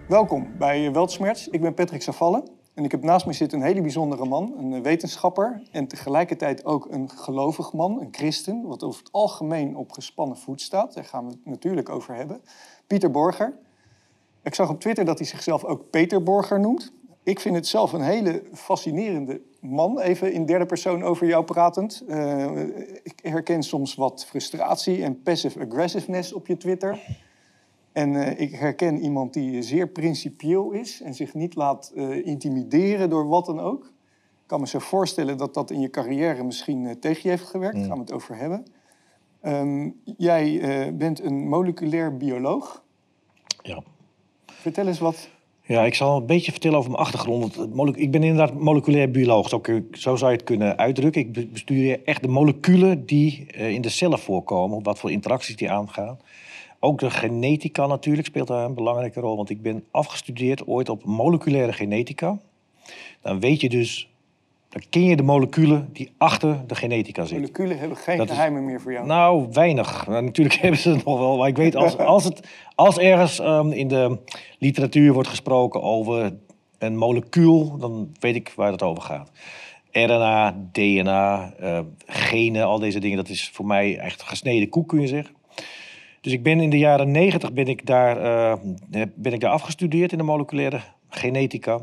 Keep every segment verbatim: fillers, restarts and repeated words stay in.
Welkom bij Weltschmerz. Ik ben Patrick Savalle en ik heb naast me zitten een hele bijzondere man, een wetenschapper en tegelijkertijd ook een gelovig man, een christen, wat over het algemeen op gespannen voet staat. Daar gaan we het natuurlijk over hebben. Pieter Borger. Ik zag op Twitter dat hij zichzelf ook Peter Borger noemt. Ik vind het zelf een hele fascinerende man, even in derde persoon over jou pratend. Uh, ik herken soms wat frustratie en passive aggressiveness op je Twitter. En uh, ik herken iemand die zeer principieel is en zich niet laat uh, intimideren door wat dan ook. Ik kan me zo voorstellen dat dat in je carrière misschien uh, tegen je heeft gewerkt. Daar gaan we het over hebben. Um, jij uh, bent een moleculair bioloog. Ja. Vertel eens wat. Ja, ik zal een beetje vertellen over mijn achtergrond. Ik ben inderdaad moleculair bioloog, zo, zo zou je het kunnen uitdrukken. Ik bestudeer echt de moleculen die uh, in de cellen voorkomen, wat voor interacties die aangaan. Ook de genetica natuurlijk speelt daar een belangrijke rol, want ik ben afgestudeerd ooit op moleculaire genetica. Dan weet je dus, dan ken je de moleculen die achter de genetica zitten. Moleculen hebben geen dat geheimen is, meer voor jou? Nou, weinig. Nou, natuurlijk hebben ze het nog wel, maar ik weet als, als, het, als ergens um, in de literatuur wordt gesproken over een molecuul, dan weet ik waar het over gaat. R N A, D N A, uh, genen, al deze dingen, dat is voor mij echt gesneden koek, kun je zeggen. Dus ik ben in de jaren negentig ben ik daar, uh, ben ik daar afgestudeerd in de moleculaire genetica.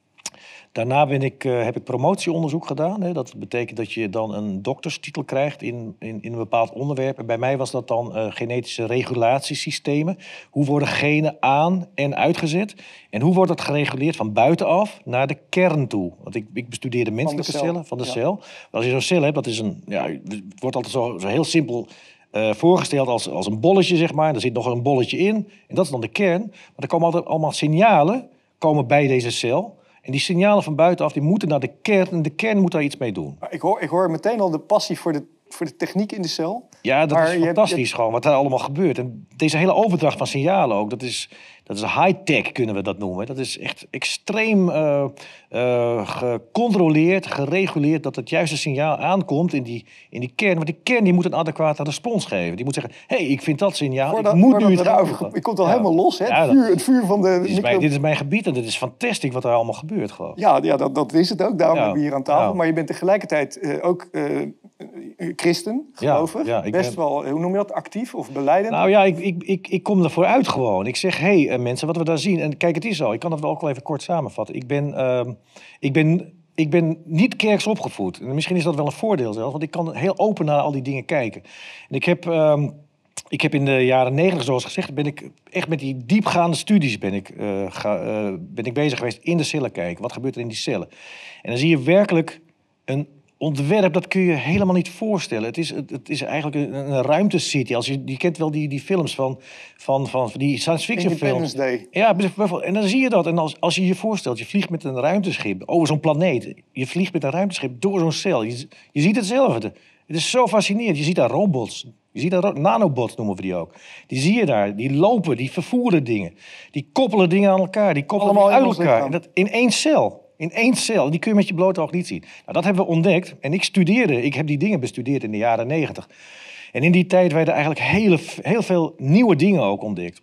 Daarna ben ik, uh, heb ik promotieonderzoek gedaan. Hè. Dat betekent dat je dan een dokterstitel krijgt in, in, in een bepaald onderwerp. En bij mij was dat dan uh, genetische regulatiesystemen. Hoe worden genen aan- en uitgezet? En hoe wordt dat gereguleerd van buitenaf naar de kern toe? Want ik, ik bestudeerde menselijke van cellen van de ja. cel. Als je zo'n cel hebt, dat is een, ja, het wordt altijd zo, zo heel simpel Uh, voorgesteld als, als een bolletje, zeg maar. Er zit nog een bolletje in. En dat is dan de kern. Maar er komen altijd allemaal signalen komen bij deze cel. En die signalen van buitenaf die moeten naar de kern. En de kern moet daar iets mee doen. Ik hoor, ik hoor meteen al de passie voor de, voor de techniek in de cel. Ja, dat maar is je fantastisch hebt, je... gewoon, wat daar allemaal gebeurt. En deze hele overdracht van signalen ook, dat is, dat is high-tech, kunnen we dat noemen. Dat is echt extreem uh, uh, gecontroleerd, gereguleerd, dat het juiste signaal aankomt in die, in die kern. Want die kern die moet een adequate respons geven. Die moet zeggen, hé, hey, ik vind dat signaal, Voordat, ik moet nu het gaan over... Ik kom al ja. helemaal los, hè? Ja, het, vuur, het vuur van de... Dit is, micro... mijn, dit is mijn gebied en dit is fantastisch wat er allemaal gebeurt, gewoon. Ja, ja dat, dat is het ook, daarom ja. hebben we hier aan tafel. Ja. Maar je bent tegelijkertijd uh, ook uh, christen, gelovig. Ja, ja, Best ben... wel, hoe noem je dat, actief of belijdend? Nou ja, ik, ik, ik, ik kom ervoor uit gewoon. Ik zeg, hé hey, mensen, wat we daar zien... En kijk, het is zo, ik kan het wel ook wel even kort samenvatten. Ik ben, uh, ik ben, ik ben niet kerks opgevoed. En misschien is dat wel een voordeel zelfs, want ik kan heel open naar al die dingen kijken. En ik heb... Um, Ik heb in de jaren negentig, zoals gezegd, ben ik echt met die diepgaande studies ben ik, uh, ga, uh, ben ik bezig geweest in de cellen kijken. Wat gebeurt er in die cellen? En dan zie je werkelijk een ontwerp, dat kun je helemaal niet voorstellen. Het is, het, het is eigenlijk een, een ruimtecity. Als je, je kent wel die, die films van, van, van die science fiction films. Day. Ja, en dan zie je dat. En als, als je je voorstelt, je vliegt met een ruimteschip over zo'n planeet. Je vliegt met een ruimteschip door zo'n cel. Je, je ziet hetzelfde. Het is zo fascinerend. Je ziet daar robots. Je ziet daar nanobots, noemen we die ook. Die zie je daar. Die lopen, die vervoeren dingen. Die koppelen dingen aan elkaar. Die koppelen dingen uit elkaar. En dat in één cel. In één cel. Die kun je met je blote oog niet zien. Nou, dat hebben we ontdekt. En ik studeerde. Ik heb die dingen bestudeerd in de jaren negentig. En in die tijd werden eigenlijk hele, heel veel nieuwe dingen ook ontdekt.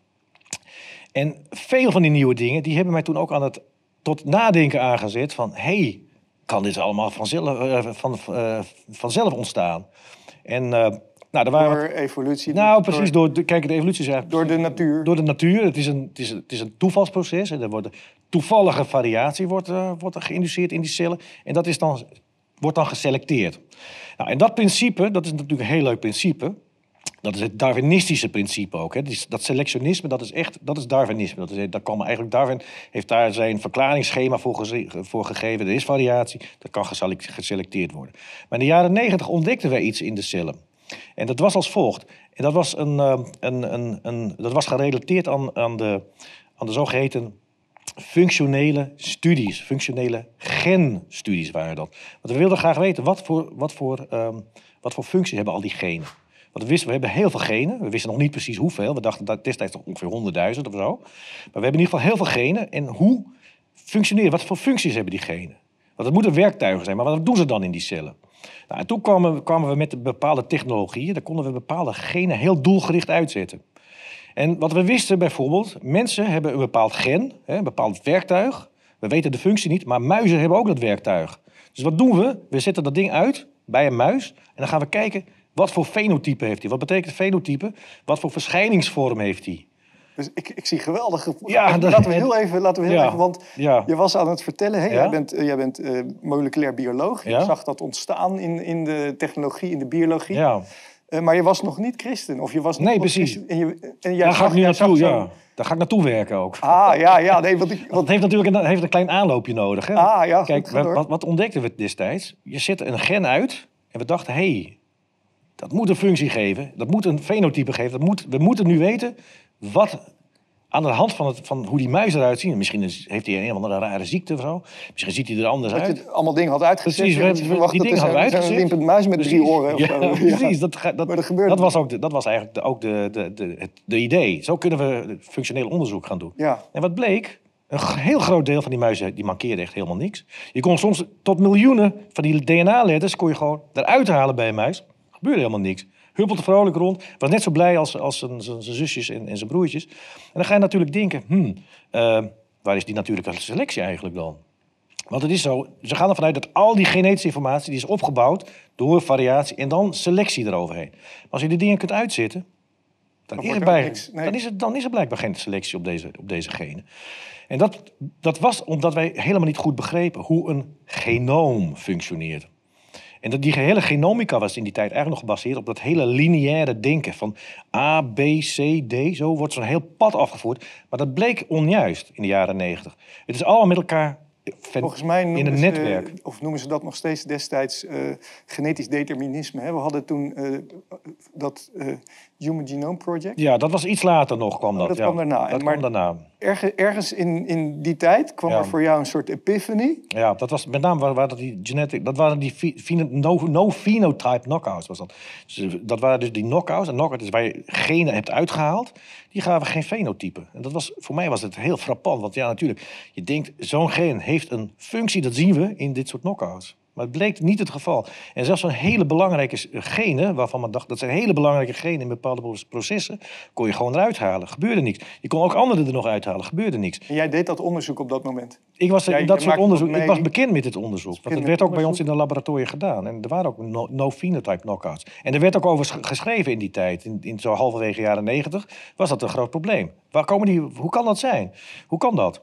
En veel van die nieuwe dingen, die hebben mij toen ook aan het tot nadenken aangezet van, hé, hey, kan dit allemaal vanzelf, uh, van, uh, vanzelf ontstaan? En uh, nou, er waren door evolutie? Nou, precies. Door, door, kijk, de evolutie is eigenlijk... Door de natuur? Door de natuur. Het is een, het is, het is een toevalsproces. En er wordt toevallige variatie wordt, uh, wordt er geïnduceerd in die cellen. En dat is dan, wordt dan geselecteerd. Nou, en dat principe, dat is natuurlijk een heel leuk principe. Dat is het Darwinistische principe ook. Hè. Dat selectionisme, dat is echt, dat is Darwinisme. Dat, is, dat kan eigenlijk, Darwin heeft daar zijn verklaringsschema voor, geze, voor gegeven. Er is variatie, dat kan geselecteerd worden. Maar in de jaren negentig ontdekten wij iets in de cellen. En dat was als volgt. En dat was, een, een, een, een, dat was gerelateerd aan, aan, de, aan de zogeheten functionele studies. Functionele genstudies waren dat. Want we wilden graag weten, wat voor, wat voor, um, wat voor functie hebben al die genen? Want we wisten, we hebben heel veel genen. We wisten nog niet precies hoeveel. We dachten dat destijds ongeveer honderdduizend of zo. Maar we hebben in ieder geval heel veel genen. En hoe functioneren, wat voor functies hebben die genen? Want het moeten werktuigen zijn, maar wat doen ze dan in die cellen? Nou, en toen kwamen, kwamen we met bepaalde technologieën. Daar konden we bepaalde genen heel doelgericht uitzetten. En wat we wisten bijvoorbeeld, mensen hebben een bepaald gen, hè, een bepaald werktuig. We weten de functie niet, maar muizen hebben ook dat werktuig. Dus wat doen we? We zetten dat ding uit bij een muis en dan gaan we kijken wat voor fenotype heeft hij. Wat betekent fenotype? Wat voor verschijningsvorm heeft hij? Dus ik, ik zie geweldige... Ja, dat, laten we heel even, laten we heel ja, even want ja. je was aan het vertellen, hè? Ja? jij bent, uh, jij bent uh, moleculair bioloog. Je Ja? zag dat ontstaan in, in de technologie, in de biologie. Ja. Uh, maar je was nog niet christen. Of je was nog nee, nog precies. Christen, en je, en jij Daar zag, ga ik nu naartoe, zo... ja. Daar ga ik naartoe werken ook. Ah, ja, ja. Nee, want ik, want... Het heeft natuurlijk een, heeft een klein aanloopje nodig. Hè? Ah, ja, Kijk, goed, wat, wat ontdekten we destijds? Je zet een gen uit en we dachten, hé, hey, dat moet een functie geven. Dat moet een fenotype geven. Dat moet, we moeten nu weten wat... Aan de hand van, het, van hoe die muizen eruit zien. Misschien is, heeft hij een of andere rare ziekte of zo. Misschien ziet hij er anders dat uit. Dat je allemaal dingen had uitgezet. Precies, we, je verwacht die dat dingen hadden we uitgezet. Een limpend muis met precies. drie oren of ja, zo. Precies, dat, dat, maar dat, gebeurde dat, was, ook de, dat was eigenlijk de, ook de, de, de, het de idee. Zo kunnen we functioneel onderzoek gaan doen. Ja. En wat bleek? Een heel groot deel van die muizen die mankeerde echt helemaal niks. Je kon soms tot miljoenen van die D N A-letters kon je gewoon eruit halen bij een muis. Er gebeurde helemaal niks. Huppelde vrolijk rond. Was net zo blij als, als zijn, zijn, zijn zusjes en, en zijn broertjes. En dan ga je natuurlijk denken... Hmm, uh, waar is die natuurlijke selectie eigenlijk dan? Want het is zo... Ze gaan ervan uit dat al die genetische informatie... die is opgebouwd door variatie en dan selectie eroverheen. Maar als je die dingen kunt uitzetten... Dan, dan, is, er bij, niks, nee. dan, is, er, dan is er blijkbaar geen selectie op deze, op deze genen. En dat, dat was omdat wij helemaal niet goed begrepen... hoe een genoom functioneert. En dat die hele genomica was in die tijd eigenlijk nog gebaseerd op dat hele lineaire denken van A, B, C, D. Zo wordt zo'n heel pad afgevoerd. Maar dat bleek onjuist in de jaren negentig. Het is allemaal met elkaar Volgens mij in een netwerk. Ze, of noemen ze dat nog steeds destijds uh, genetisch determinisme. Hè? We hadden toen uh, dat uh, Human Genome Project. Ja, dat was iets later nog kwam dat. Oh, dat ja. kwam daarna. Dat maar kwam daarna. Erge, ergens in, in die tijd kwam ja. er voor jou een soort epiphany. Ja, dat was met name waren dat die genetic, dat waren die no, no phenotype knockouts was dat. Dus dat waren dus die knockouts en knockouts is waar je genen hebt uitgehaald. Die gaven geen fenotype. En dat was voor mij was het heel frappant, want ja natuurlijk, je denkt zo'n gen heeft een functie, dat zien we in dit soort knockouts. Maar het bleek niet het geval. En zelfs zo'n hele belangrijke genen, waarvan men dacht dat zijn hele belangrijke genen in bepaalde processen, kon je gewoon eruit halen. Gebeurde niks. Je kon ook andere er nog uithalen. Gebeurde niks. En jij deed dat onderzoek op dat moment? Ik was, jij, dat soort onderzoek, mee... ik was bekend met dit onderzoek. Want het werd ook bij ons in de laboratorium gedaan. En er waren ook no, no phenotype knockouts. En er werd ook over geschreven in die tijd. In, in zo halverwege jaren negentig was dat een groot probleem. Waar komen die, hoe kan dat zijn? Hoe kan dat?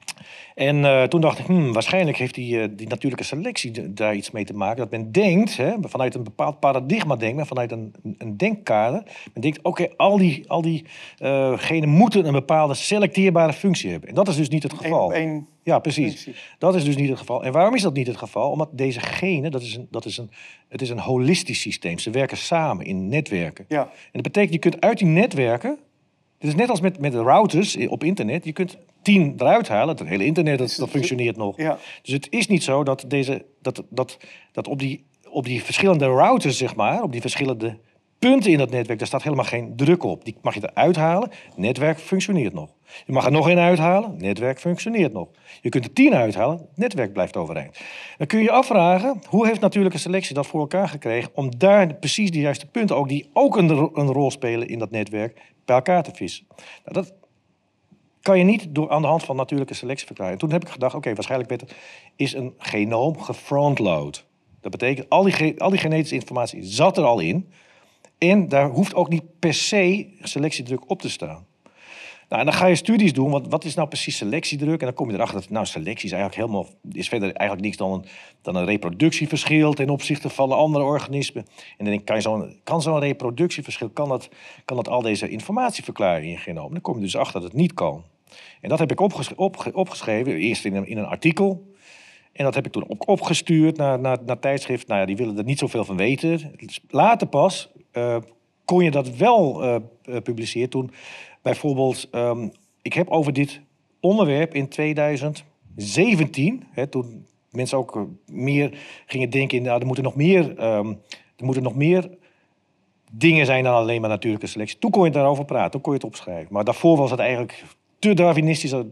En uh, toen dacht ik, hmm, waarschijnlijk heeft die, uh, die natuurlijke selectie daar iets mee te maken. Dat men denkt, hè, vanuit een bepaald paradigma denkt, men vanuit een, een denkkader. Men denkt, oké, okay, al die, al die uh, genen moeten een bepaalde selecteerbare functie hebben. En dat is dus niet het geval. Eén op één. Ja, precies. Functie. Dat is dus niet het geval. En waarom is dat niet het geval? Omdat deze genen, dat is een, dat is een, het is een holistisch systeem. Ze werken samen in netwerken. Ja. En dat betekent, je kunt uit die netwerken... Het is net als met, met de routers op internet. Je kunt tien eruit halen. Het hele internet dat, dat functioneert nog. Ja. Dus het is niet zo dat, deze, dat, dat, dat op, die, op die verschillende routers, zeg maar, op die verschillende punten in dat netwerk, daar staat helemaal geen druk op. Die mag je eruit halen. Het netwerk functioneert nog. Je mag er nog één uithalen. Het netwerk functioneert nog. Je kunt er tien uithalen. Het netwerk blijft overeind. Dan kun je je afvragen, hoe heeft natuurlijke selectie dat voor elkaar gekregen om daar precies de juiste punten, ook die ook een, een rol spelen in dat netwerk, bij elkaar te vissen. Nou, dat kan je niet door, aan de hand van natuurlijke selectie verklaren. En toen heb ik gedacht, oké, okay, waarschijnlijk werd het, is een genoom gefrontload. Dat betekent, al die, al die genetische informatie zat er al in. En daar hoeft ook niet per se selectiedruk op te staan. Nou, en dan ga je studies doen, want wat is nou precies selectiedruk? En dan kom je erachter dat nou, selectie is eigenlijk helemaal, is verder eigenlijk niks dan een, dan een reproductieverschil ten opzichte van de andere organismen. En dan denk ik, kan, je zo'n, kan zo'n reproductieverschil, kan dat, kan dat al deze informatie verklaren in je genoom? Dan kom je dus achter dat het niet kan. En dat heb ik opges- op, opgeschreven, eerst in een, in een artikel. En dat heb ik toen ook opgestuurd naar, naar, naar tijdschrift. Nou ja, die willen er niet zoveel van weten. Later pas uh, kon je dat wel uh, publiceren toen... Bijvoorbeeld, um, ik heb over dit onderwerp in tweeduizend zeventien... Hè, toen mensen ook uh, meer gingen denken... Nou, er moeten nog meer, um, er moeten nog meer dingen zijn dan alleen maar natuurlijke selectie. Toen kon je daarover praten, toen kon je het opschrijven. Maar daarvoor was het eigenlijk te darwinistisch...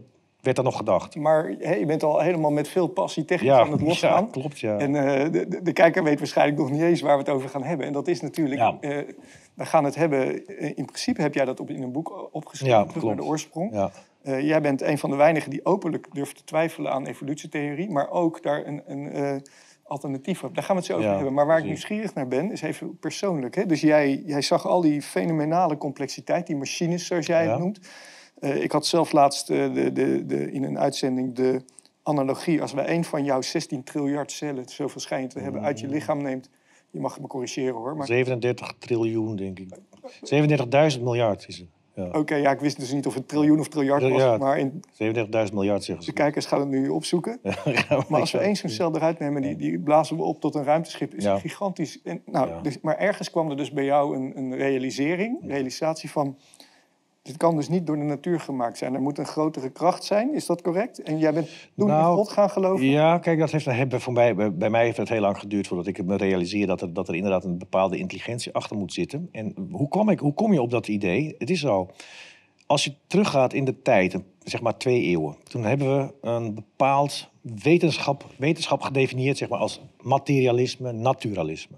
werd er nog gedacht. Maar hey, je bent al helemaal met veel passie technisch Ja, aan het losgaan. ja, klopt, ja. En uh, de, de, de kijker weet waarschijnlijk nog niet eens waar we het over gaan hebben. En dat is natuurlijk... Ja. Uh, we gaan het hebben... Uh, in principe heb jij dat op, in een boek opgeschreven, Ja, terug klopt. naar de oorsprong. Ja. Uh, jij bent een van de weinigen die openlijk durft te twijfelen aan evolutietheorie, maar ook daar een, een uh, alternatief op. Daar gaan we het zo over Ja, hebben. Maar waar precies. ik nieuwsgierig naar ben, is even persoonlijk. Hè? Dus jij, jij zag al die fenomenale complexiteit, die machines zoals jij Ja. het noemt. Uh, ik had zelf laatst uh, de, de, de, in een uitzending de analogie, als wij een van jouw zestien triljard cellen, zoveel schijnt te hebben, uit je lichaam neemt. Je mag me corrigeren hoor. Maar... zevenendertig triljoen, denk ik. zevenendertigduizend miljard is het. Ja. Oké, okay, ja, ik wist dus niet of het triljoen of triljard was. Ja, maar in... zevenendertigduizend miljard zeggen ze. De kijkers gaan het nu opzoeken. Ja, ja, maar als we één zo'n cel eruit nemen, die, die blazen we op tot een ruimteschip. Is ja. gigantisch. En, nou, Ja. dus, maar ergens kwam er dus bij jou een, een realisering, realisatie van... Dit kan dus niet door de natuur gemaakt zijn. Er moet een grotere kracht zijn, is dat correct? En jij bent toen Nou, in God gaan geloven? Ja, kijk, dat heeft, heeft voor mij, bij, bij mij heeft het heel lang geduurd voordat ik me realiseer dat er, dat er inderdaad een bepaalde intelligentie achter moet zitten. En hoe kom, ik, hoe kom je op dat idee? Het is zo, als je teruggaat in de tijd, zeg maar twee eeuwen, toen hebben we een bepaald wetenschap, wetenschap gedefinieerd zeg maar, als materialisme, naturalisme.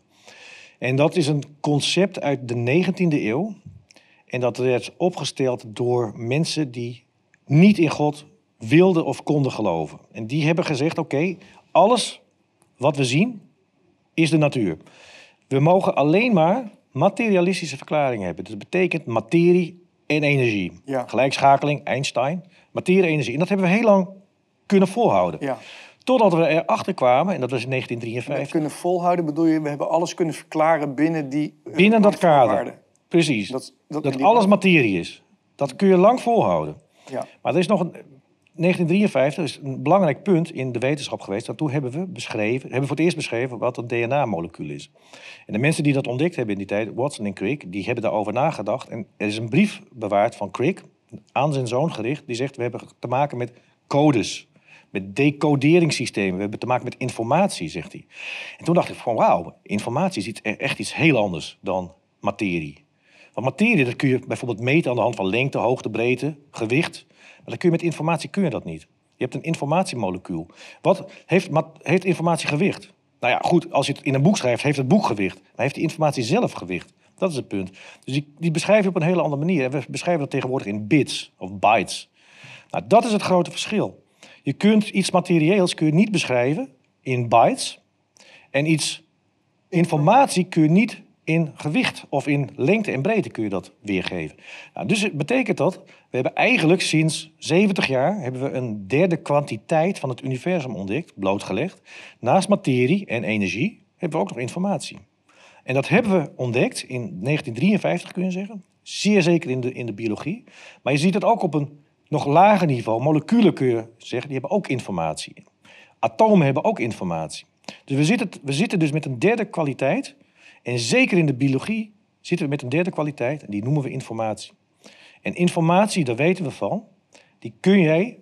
En dat is een concept uit de negentiende eeuw. En dat werd opgesteld door mensen die niet in God wilden of konden geloven. En die hebben gezegd, oké, okay, alles wat we zien is de natuur. We mogen alleen maar materialistische verklaringen hebben. Dat betekent materie en energie. Ja. Gelijkschakeling, Einstein, materie en energie. En dat hebben we heel lang kunnen volhouden. Ja. Totdat we erachter kwamen, en dat was in negentien drieënvijftig. We kunnen volhouden, bedoel je, we hebben alles kunnen verklaren binnen die... Uh, binnen dat kader. Precies. Dat, dat, dat alles materie is. Dat kun je lang volhouden. Ja. Maar er is nog een... negentien drieënvijftig is een belangrijk punt in de wetenschap geweest. Want toen hebben we beschreven, hebben we voor het eerst beschreven wat een D N A-molecuul is. En de mensen die dat ontdekt hebben in die tijd, Watson en Crick, die hebben daarover nagedacht. En er is een brief bewaard van Crick aan zijn zoon gericht. Die zegt, we hebben te maken met codes, met decoderingssystemen. We hebben te maken met informatie, zegt hij. En toen dacht ik van, wauw, informatie is echt iets heel anders dan materie. Want materie, dat kun je bijvoorbeeld meten aan de hand van lengte, hoogte, breedte, gewicht. Maar dan kun je met informatie kun je dat niet. Je hebt een informatiemolecuul. Wat heeft, heeft informatie gewicht? Nou ja, goed, als je het in een boek schrijft, heeft het boek gewicht. Maar heeft die informatie zelf gewicht? Dat is het punt. Dus die, die beschrijf je op een hele andere manier. En we beschrijven dat tegenwoordig in bits of bytes. Nou, dat is het grote verschil. Je kunt iets materieels kun je niet beschrijven in bytes. En iets informatie kun je niet in gewicht of in lengte en breedte kun je dat weergeven. Nou, dus betekent dat, we hebben eigenlijk sinds zeventig jaar hebben we een derde kwantiteit van het universum ontdekt, blootgelegd. Naast materie en energie hebben we ook nog informatie. En dat hebben we ontdekt in negentien drieënvijftig, kun je zeggen. Zeer zeker in de, in de biologie. Maar je ziet het ook op een nog lager niveau. Moleculen kun je zeggen, die hebben ook informatie. Atomen hebben ook informatie. Dus we zitten, we zitten dus met een derde kwaliteit. En zeker in de biologie zitten we met een derde kwaliteit. En die noemen we informatie. En informatie, daar weten we van, die kun jij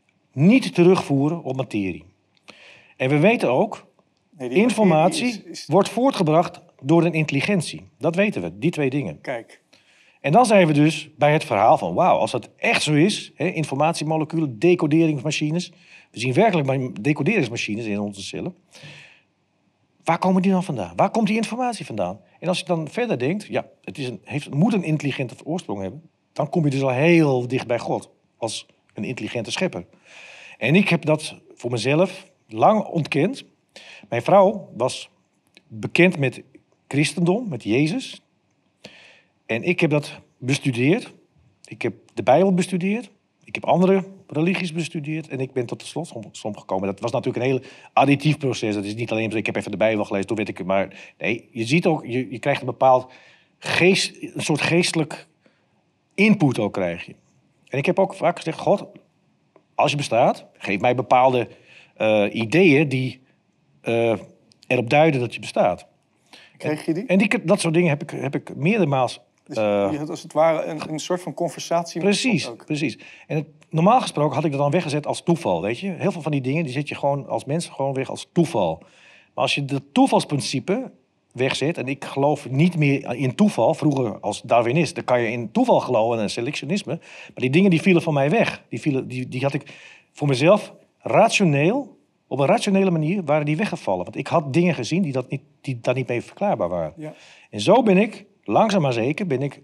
niet terugvoeren op materie. En we weten ook, nee, informatie is, is... wordt voortgebracht door een intelligentie. Dat weten we, die twee dingen. Kijk. En dan zijn we dus bij het verhaal van, wauw, als dat echt zo is, hè, informatiemoleculen, decoderingsmachines. We zien werkelijk decoderingsmachines in onze cellen. Waar komen die dan vandaan? Waar komt die informatie vandaan? En als je dan verder denkt, ja, het, is een, heeft, het moet een intelligente oorsprong hebben, dan kom je dus al heel dicht bij God als een intelligente schepper. En ik heb dat voor mezelf lang ontkend. Mijn vrouw was bekend met christendom, met Jezus. En ik heb dat bestudeerd. Ik heb de Bijbel bestudeerd. Ik heb andere religies bestudeerd. En ik ben tot de slotsom gekomen. Dat was natuurlijk een heel additief proces. Dat is niet alleen, ik heb even de Bijbel gelezen, toen weet ik het. Maar nee, je ziet ook, je, je krijgt een bepaald geest, een soort geestelijk input ook krijg je. En ik heb ook vaak gezegd, God, als je bestaat, geef mij bepaalde uh, ideeën die uh, erop duiden dat je bestaat. Kreeg je die? En, en die, dat soort dingen heb ik, heb ik meerdere maals. Dus je had als het ware een, een soort van conversatie. Precies, met ook. precies. En het, normaal gesproken had ik dat dan weggezet als toeval, weet je. Heel veel van die dingen die zet je gewoon als mens gewoon weg als toeval. Maar als je dat toevalsprincipe wegzet. En ik geloof niet meer in toeval. Vroeger als Darwinist, dan kan je in toeval geloven en selectionisme. Maar die dingen die vielen van mij weg. Die, vielen, die, die had ik voor mezelf rationeel, op een rationele manier, waren die weggevallen. Want ik had dingen gezien die, dat niet, die daar niet mee verklaarbaar waren. Ja. En zo ben ik, langzaam maar zeker, ben ik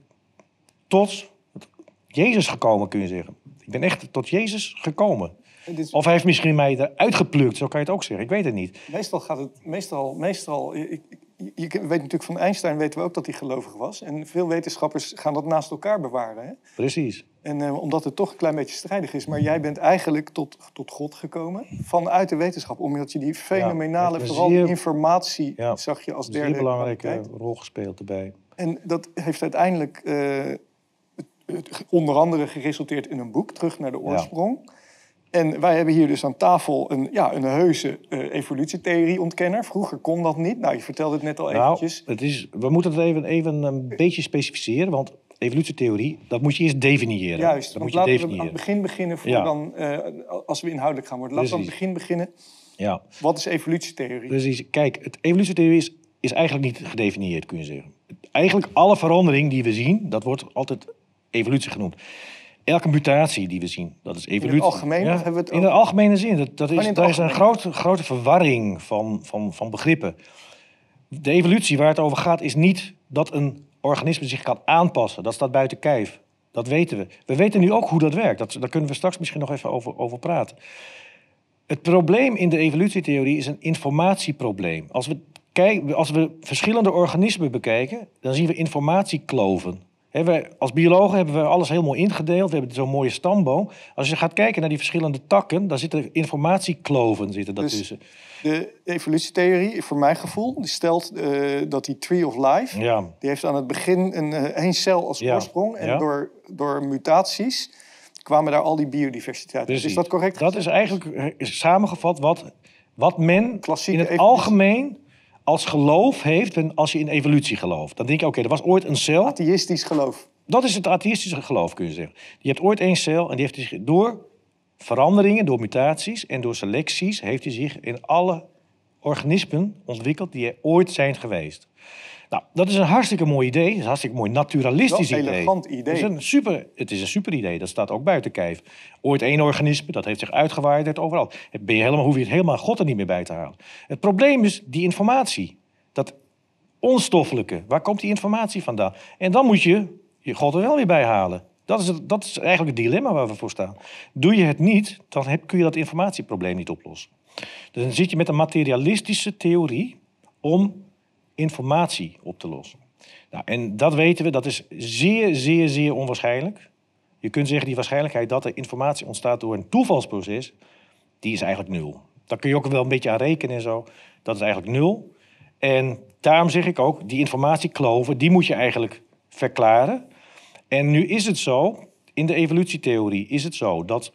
tot Jezus gekomen, kun je zeggen. Ik ben echt tot Jezus gekomen. Dit... Of hij heeft misschien mij eruit geplukt, zo kan je het ook zeggen. Ik weet het niet. Meestal gaat het, meestal, meestal ik, je, je weet natuurlijk van Einstein weten we ook dat hij gelovig was. En veel wetenschappers gaan dat naast elkaar bewaren. Hè? Precies. En uh, omdat het toch een klein beetje strijdig is. Maar jij bent eigenlijk tot, tot God gekomen vanuit de wetenschap. Omdat je die fenomenale, ja, vooral zeer, informatie, ja, zag je als een derde zeer belangrijke kwaliteit. rol gespeeld erbij. En dat heeft uiteindelijk uh, onder andere geresulteerd in een boek, Terug naar de oorsprong. Ja. En wij hebben hier dus aan tafel een, ja, een heuse uh, evolutietheorie-ontkenner. Vroeger kon dat niet. Nou, je vertelde het net al nou, eventjes. Het is, we moeten het even, even een beetje specificeren, want evolutietheorie, dat moet je eerst definiëren. Juist, dat want moet je laten definiëren. we aan het begin beginnen, voor ja. dan, uh, als we inhoudelijk gaan worden. Laten Precies. we aan het begin beginnen. Ja. Wat is evolutietheorie? Precies. Kijk, het evolutietheorie is, is eigenlijk niet gedefinieerd, kun je zeggen. Eigenlijk alle verandering die we zien, dat wordt altijd evolutie genoemd. Elke mutatie die we zien, dat is evolutie. In het algemeen? Ja, of hebben we het in de algemene zin. Dat, dat is, daar is een grote, grote verwarring van, van, van begrippen. De evolutie waar het over gaat is niet dat een organisme zich kan aanpassen. Dat staat buiten kijf. Dat weten we. We weten nu ook hoe dat werkt. Dat, daar kunnen we straks misschien nog even over, over praten. Het probleem in de evolutietheorie is een informatieprobleem. Als we, kijk, als we verschillende organismen bekijken, dan zien we informatiekloven. He, wij, als biologen hebben we alles helemaal ingedeeld. We hebben zo'n mooie stamboom. Als je gaat kijken naar die verschillende takken, dan zitten informatiekloven zitten daartussen. Dus de evolutietheorie, voor mijn gevoel, die stelt uh, dat die tree of life, ja. die heeft aan het begin een, uh, één cel als ja. oorsprong. En ja. door, door mutaties kwamen daar al die biodiversiteit. Dus is dat correct? Dat is eigenlijk samengevat wat, wat men Klassieke in het evolutie. algemeen als geloof heeft als je in evolutie gelooft. Dan denk je, oké, okay, er was ooit een cel. Atheïstisch geloof. Dat is het atheïstische geloof, kun je zeggen. Je hebt ooit één cel en die heeft zich door veranderingen, door mutaties en door selecties, heeft hij zich in alle organismen ontwikkeld die er ooit zijn geweest. Nou, dat is een hartstikke mooi idee. Dat is een hartstikke mooi naturalistisch idee. Een elegant idee. Het is een super, het is een super idee. Dat staat ook buiten kijf. Ooit één organisme, dat heeft zich uitgewaaid overal. Ben je helemaal, hoef je het helemaal God er niet meer bij te halen. Het probleem is die informatie. Dat onstoffelijke. Waar komt die informatie vandaan? En dan moet je je God er wel weer bij halen. Dat is, het, dat is eigenlijk het dilemma waar we voor staan. Doe je het niet, dan heb, kun je dat informatieprobleem niet oplossen. Dus dan zit je met een materialistische theorie om informatie op te lossen. Nou, en dat weten we, dat is zeer, zeer, zeer onwaarschijnlijk. Je kunt zeggen, die waarschijnlijkheid dat er informatie ontstaat door een toevalsproces, die is eigenlijk nul. Daar kun je ook wel een beetje aan rekenen en zo. Dat is eigenlijk nul. En daarom zeg ik ook, die informatiekloven, die moet je eigenlijk verklaren. En nu is het zo, in de evolutietheorie is het zo, dat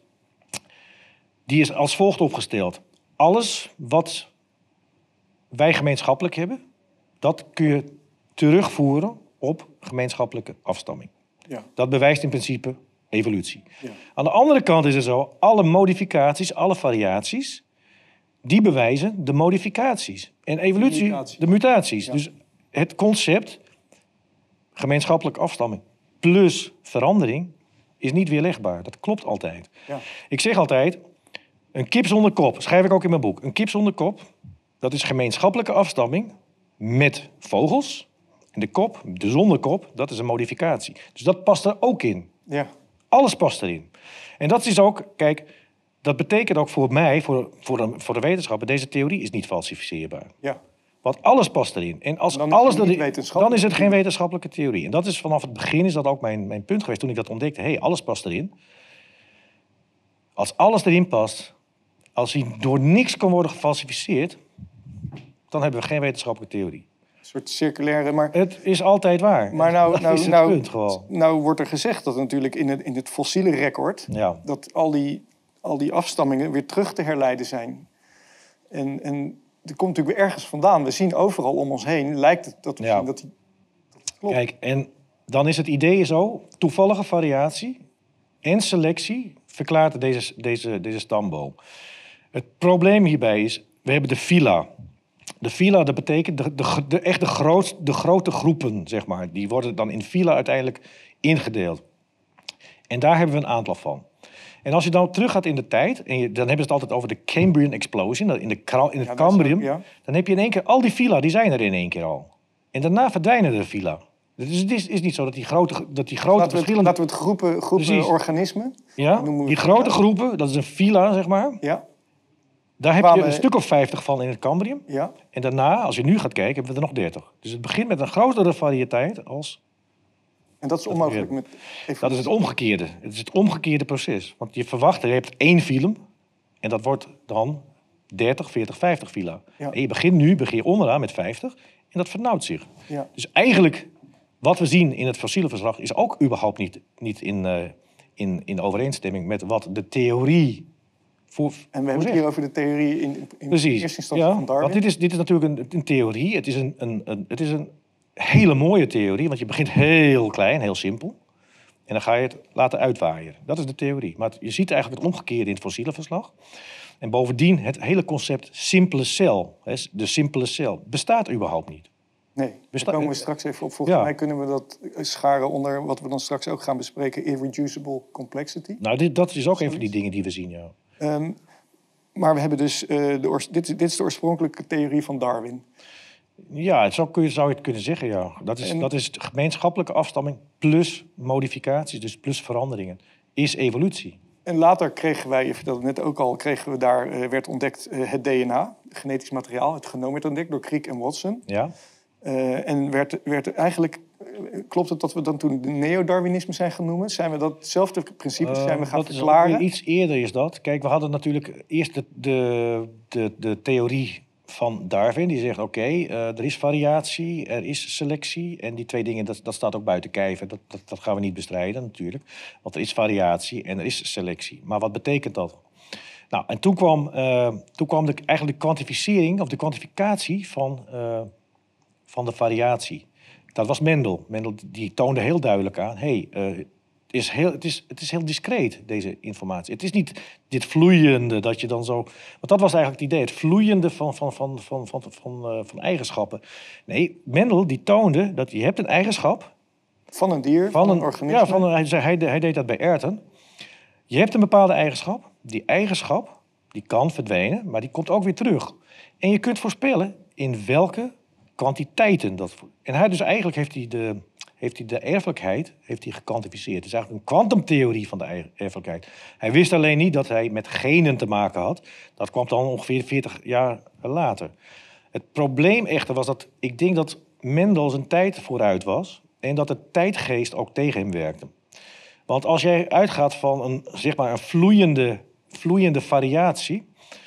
die is als volgt opgesteld. Alles wat wij gemeenschappelijk hebben, dat kun je terugvoeren op gemeenschappelijke afstamming. Ja. Dat bewijst in principe evolutie. Ja. Aan de andere kant is het zo, alle modificaties, alle variaties, die bewijzen de modificaties. En evolutie, de mutaties. De mutaties. Ja. Dus het concept gemeenschappelijke afstamming plus verandering is niet weerlegbaar. Dat klopt altijd. Ja. Ik zeg altijd, een kip zonder kop, schrijf ik ook in mijn boek. Een kip zonder kop, dat is gemeenschappelijke afstamming met vogels. En de kop, de zonder kop, dat is een modificatie. Dus dat past er ook in. Ja. Alles past erin. En dat is ook, kijk, dat betekent ook voor mij, voor, voor, de, voor de wetenschapper, deze theorie is niet falsificeerbaar. Ja. Want alles past erin. En als dan alles is, het dan is het geen wetenschappelijke theorie. En dat is vanaf het begin is dat ook mijn, mijn punt geweest toen ik dat ontdekte. Hé, hey, alles past erin. Als alles erin past, als hij door niks kan worden gefalsificeerd, dan hebben we geen wetenschappelijke theorie. Een soort circulaire, maar... Het is altijd waar. Maar nou, dat nou, is het nou, punt gewoon. Nou wordt er gezegd dat natuurlijk in het, in het fossiele record, ja. dat al die, al die afstammingen weer terug te herleiden zijn. En, en dat komt natuurlijk weer ergens vandaan. We zien overal om ons heen, lijkt het dat we ja. zien dat die dat klopt. Kijk, en dan is het idee zo, toevallige variatie en selectie verklaart deze, deze, deze stamboom. Het probleem hierbij is, we hebben de phyla. de fila, dat betekent de, de, de, echt de, groot, de grote groepen, zeg maar. Die worden dan in fila uiteindelijk ingedeeld. En daar hebben we een aantal van. En als je dan teruggaat in de tijd, en je, dan hebben ze het altijd over de Cambrian Explosion, in, de, in het ja, Cambrium, ook, ja. Dan heb je in één keer al die fila, die zijn er in één keer al. En daarna verdwijnen de fila. Dus het is, is niet zo dat die grote, dat die grote laten verschillende... Laten we het groepen, groepen organismen... Ja, die grote groepen, dat is een fila, zeg maar. Ja. Daar heb je een stuk of vijftig van in het Cambrium. Ja. En daarna, als je nu gaat kijken, hebben we er nog dertig. Dus het begint met een grotere variëteit als... En dat is onmogelijk met... Dat is het omgekeerde. Het is het omgekeerde proces. Want je verwacht, je hebt één filum. En dat wordt dan dertig, veertig, vijftig fila. Ja. En je begint nu, begin je onderaan met vijftig. En dat vernauwt zich. Ja. Dus eigenlijk, wat we zien in het fossiele verslag... is ook überhaupt niet, niet in, uh, in, in overeenstemming met wat de theorie... Voor, en we hebben het hier over de theorie in, in Precies. eerste instantie Ja, van Darwin. Want dit is, dit is natuurlijk een, een theorie. Het is een, een, een, het is een hele mooie theorie, want je begint heel klein, heel simpel. En dan ga je het laten uitwaaien. Dat is de theorie. Maar je ziet eigenlijk het omgekeerde in het fossiele verslag. En bovendien, het hele concept simpele cel, de simpele cel, bestaat überhaupt niet. Nee, Besta- daar komen we straks even op. Volgens ja. mij kunnen we dat scharen onder wat we dan straks ook gaan bespreken, irreducible complexity. Nou, dit, dat is ook een van die dingen die we zien, ja. Um, maar we hebben dus, uh, de oors- dit, dit is de oorspronkelijke theorie van Darwin. Ja, zo kun je, zou je het kunnen zeggen, ja. Dat is, en... dat is gemeenschappelijke afstamming plus modificaties, dus plus veranderingen, is evolutie. En later kregen wij, je vertelde net ook al, kregen we daar, uh, werd ontdekt uh, het D N A, genetisch materiaal, het genoom werd ontdekt door Crick en Watson. Ja. Uh, en werd, werd eigenlijk, uh, klopt het dat we dan toen de neo-Darwinisme zijn gaan noemen? Zijn we datzelfde principe uh, zijn we gaan dat verklaren? Is iets eerder is dat. Kijk, we hadden natuurlijk eerst de, de, de, de theorie van Darwin. Die zegt, oké, okay, uh, er is variatie, er is selectie. En die twee dingen, dat, dat staat ook buiten kijf. Dat, dat, dat gaan we niet bestrijden natuurlijk. Want er is variatie en er is selectie. Maar wat betekent dat? Nou, en toen kwam, uh, toen kwam de, eigenlijk de kwantificering of de kwantificatie van... Uh, van de variatie. Dat was Mendel. Mendel die toonde heel duidelijk aan... hey, uh, het, is heel, het, is, het is heel discreet, deze informatie. Het is niet dit vloeiende dat je dan zo... Want dat was eigenlijk het idee, het vloeiende van, van, van, van, van, van, uh, van eigenschappen. Nee, Mendel die toonde dat je hebt een eigenschap... Van een dier, van, van een organisme? Ja, van een, hij, hij, hij deed dat bij erwten. Je hebt een bepaalde eigenschap. Die eigenschap die kan verdwijnen, maar die komt ook weer terug. En je kunt voorspellen in welke... kwantiteiten. Dat, en hij dus eigenlijk heeft hij de, heeft hij de erfelijkheid heeft hij gekwantificeerd. Het is eigenlijk een kwantumtheorie van de erfelijkheid. Hij wist alleen niet dat hij met genen te maken had. Dat kwam dan ongeveer veertig jaar later. Het probleem echter was dat ik denk dat Mendel zijn tijd vooruit was en dat de tijdgeest ook tegen hem werkte. Want als jij uitgaat van een, zeg maar een vloeiende, vloeiende variatie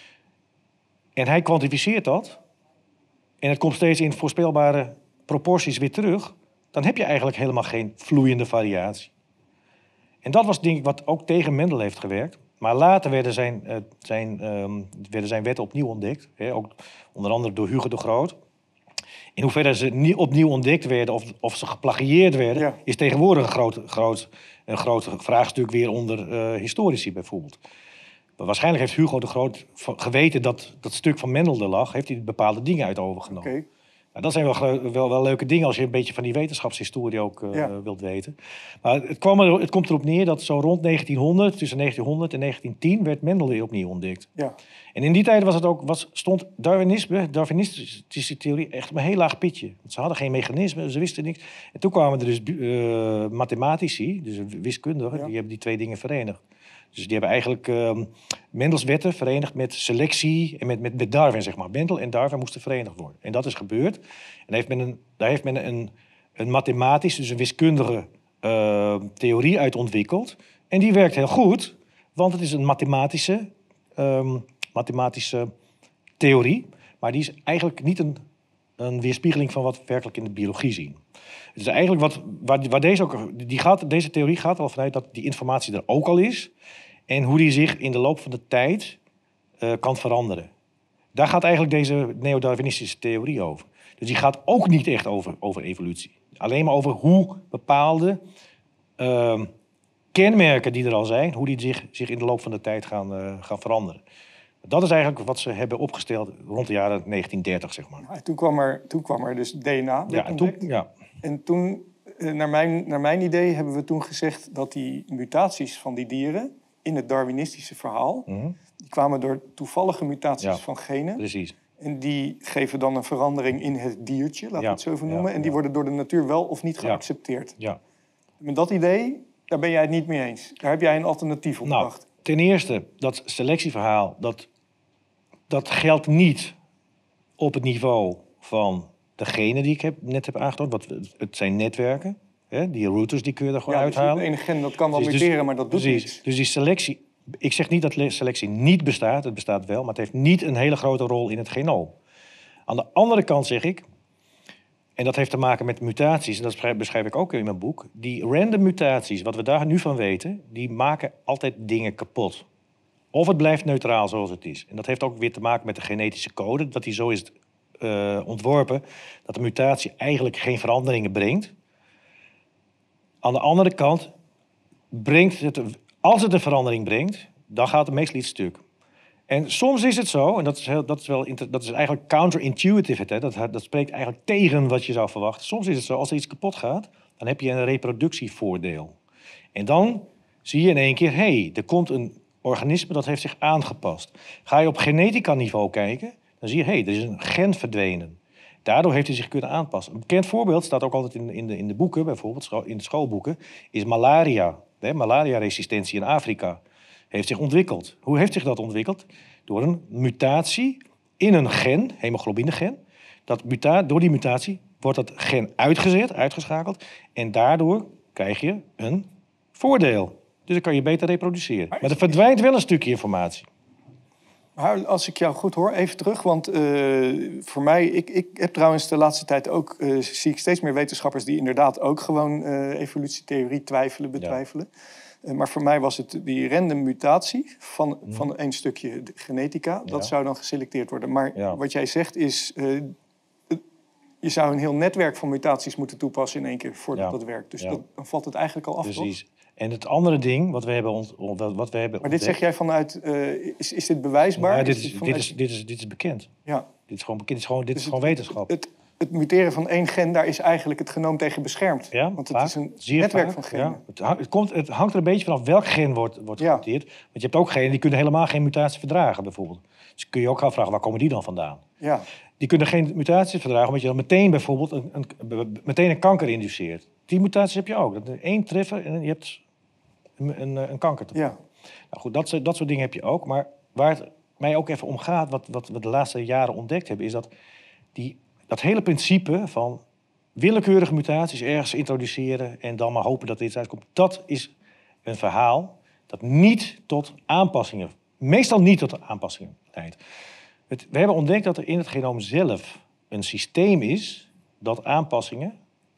en hij kwantificeert dat... en het komt steeds in voorspelbare proporties weer terug... dan heb je eigenlijk helemaal geen vloeiende variatie. En dat was denk ik wat ook tegen Mendel heeft gewerkt. Maar later werden zijn, uh, zijn, um, werden zijn wetten opnieuw ontdekt. Hè, ook onder andere door Hugo de Groot. In hoeverre ze nie, opnieuw ontdekt werden of, of ze geplagieerd werden... Ja. is tegenwoordig een groot, groot, een groot vraagstuk weer onder uh, historici bijvoorbeeld. Maar waarschijnlijk heeft Hugo de Groot geweten dat dat stuk van Mendel er lag... heeft hij bepaalde dingen uit overgenomen. Okay. Nou, dat zijn wel, wel, wel leuke dingen als je een beetje van die wetenschapshistorie ook uh, ja. wilt weten. Maar het, kwam er, het komt erop neer dat zo rond negentienhonderd, tussen negentienhonderd en negentien tien... werd Mendel weer opnieuw ontdekt. Ja. En in die tijd was het ook, was, stond Darwinisme, Darwinistische theorie echt op een heel laag pitje. Want ze hadden geen mechanisme, ze wisten niks. En toen kwamen er dus uh, mathematici, dus wiskundigen, ja. die hebben die twee dingen verenigd. Dus die hebben eigenlijk uh, Mendels wetten verenigd met selectie en met, met, met Darwin, zeg maar. Mendel en Darwin moesten verenigd worden. En dat is gebeurd. En daar heeft men een, daar heeft men een, een mathematisch, dus een wiskundige uh, theorie uit ontwikkeld. En die werkt heel goed, want het is een mathematische, um, mathematische theorie. Maar die is eigenlijk niet een, een weerspiegeling van wat we werkelijk in de biologie zien. Het is eigenlijk wat, waar, waar deze, ook, die gaat, deze theorie gaat al vanuit dat die informatie er ook al is... en hoe die zich in de loop van de tijd uh, kan veranderen. Daar gaat eigenlijk deze neo-Darwinistische theorie over. Dus die gaat ook niet echt over, over evolutie. Alleen maar over hoe bepaalde uh, kenmerken die er al zijn... hoe die zich, zich in de loop van de tijd gaan, uh, gaan veranderen. Dat is eigenlijk wat ze hebben opgesteld rond de jaren negentien dertig, zeg maar. Ja, toen, kwam er, toen kwam er dus D N A. Ja, en toen, ja. En toen, naar mijn, naar mijn idee, hebben we toen gezegd dat die mutaties van die dieren in het Darwinistische verhaal, mm-hmm. die kwamen door toevallige mutaties ja, van genen. Precies. En die geven dan een verandering in het diertje, laten we ja, het zo even noemen. Ja, en die ja. worden door de natuur wel of niet geaccepteerd. Ja. Ja. Met dat idee, daar ben jij het niet mee eens. Daar heb jij een alternatief op bedacht. Nou, ten eerste, dat selectieverhaal, dat, dat geldt niet op het niveau van de genen die ik heb, net heb aangetoond. Wat, het zijn netwerken. Hè? Die routers die kun je er gewoon ja, uithalen. Dus het ene gen dat kan wel dus, muteren, dus, maar dat doet precies. niets. Dus die selectie... Ik zeg niet dat selectie niet bestaat. Het bestaat wel, maar het heeft niet een hele grote rol in het genoom. Aan de andere kant zeg ik... En dat heeft te maken met mutaties. En dat beschrijf ik ook in mijn boek. Die random mutaties, wat we daar nu van weten... die maken altijd dingen kapot. Of het blijft neutraal zoals het is. En dat heeft ook weer te maken met de genetische code. Dat die zo is uh, ontworpen... dat de mutatie eigenlijk geen veranderingen brengt. Aan de andere kant brengt het... Als het een verandering brengt, dan gaat het meestal iets stuk. En soms is het zo, en dat is, heel, dat is, wel, dat is eigenlijk counterintuitive. Hè? Dat, dat spreekt eigenlijk tegen wat je zou verwachten. Soms is het zo, als er iets kapot gaat, dan heb je een reproductievoordeel. En dan zie je in één keer, hé, hey, er komt een organisme dat heeft zich aangepast. Ga je op genetica niveau kijken, dan zie je, hé, hey, er is een gen verdwenen. Daardoor heeft hij zich kunnen aanpassen. Een bekend voorbeeld, staat ook altijd in, in, de, in de boeken, bijvoorbeeld in de schoolboeken, is malaria. Hè? Malaria-resistentie in Afrika heeft zich ontwikkeld. Hoe heeft zich dat ontwikkeld? Door een mutatie in een gen, hemoglobine-gen. Dat muta- door die mutatie wordt dat gen uitgezet, uitgeschakeld. En daardoor krijg je een voordeel. Dus dan kan je beter reproduceren. Maar er verdwijnt wel een stukje informatie. Maar als ik jou goed hoor, even terug. Want uh, voor mij, ik, ik heb trouwens de laatste tijd ook... Uh, zie ik steeds meer wetenschappers die inderdaad ook gewoon uh, evolutietheorie twijfelen, betwijfelen. Ja. Uh, maar voor mij was het die random mutatie van, hmm. van een stukje genetica. Dat ja. zou dan geselecteerd worden. Maar ja. wat jij zegt is... Uh, je zou een heel netwerk van mutaties moeten toepassen in één keer voordat ja. dat werkt. Dus ja. dat, dan valt het eigenlijk al af, Precies. Toch? En het andere ding wat we hebben, ont, wat we hebben maar dit zeg jij vanuit, uh, is, is dit bewijsbaar? Ja, dit, is, is dit, vanuit... dit, is, dit, is, dit is bekend. Ja. Dit is gewoon bekend. Dit is gewoon, dit dus is gewoon het, wetenschap. Het, het, het muteren van één gen, daar is eigenlijk het genoom tegen beschermd. Ja, want vaak, het is een zeer netwerk vaak, van genen. Ja. Het, hang, het, komt, het hangt er een beetje vanaf welk gen wordt, wordt ja. gemuteerd. Want je hebt ook genen die kunnen helemaal geen mutatie verdragen, bijvoorbeeld. Dus kun je ook gaan vragen, waar komen die dan vandaan? Ja. Die kunnen geen mutaties verdragen, omdat je dan meteen bijvoorbeeld een, een, meteen een kanker induceert. Die mutaties heb je ook. Dat is één treffer en je hebt een, een, een kanker. Ja. Nou goed, dat, dat soort dingen heb je ook. Maar waar het mij ook even om gaat, wat, wat we de laatste jaren ontdekt hebben, is dat die, dat hele principe van willekeurige mutaties ergens introduceren en dan maar hopen dat er iets uitkomt, dat is een verhaal dat niet tot aanpassingen, meestal niet tot aanpassingen leidt. Het, we hebben ontdekt dat er in het genoom zelf een systeem is dat aanpassingen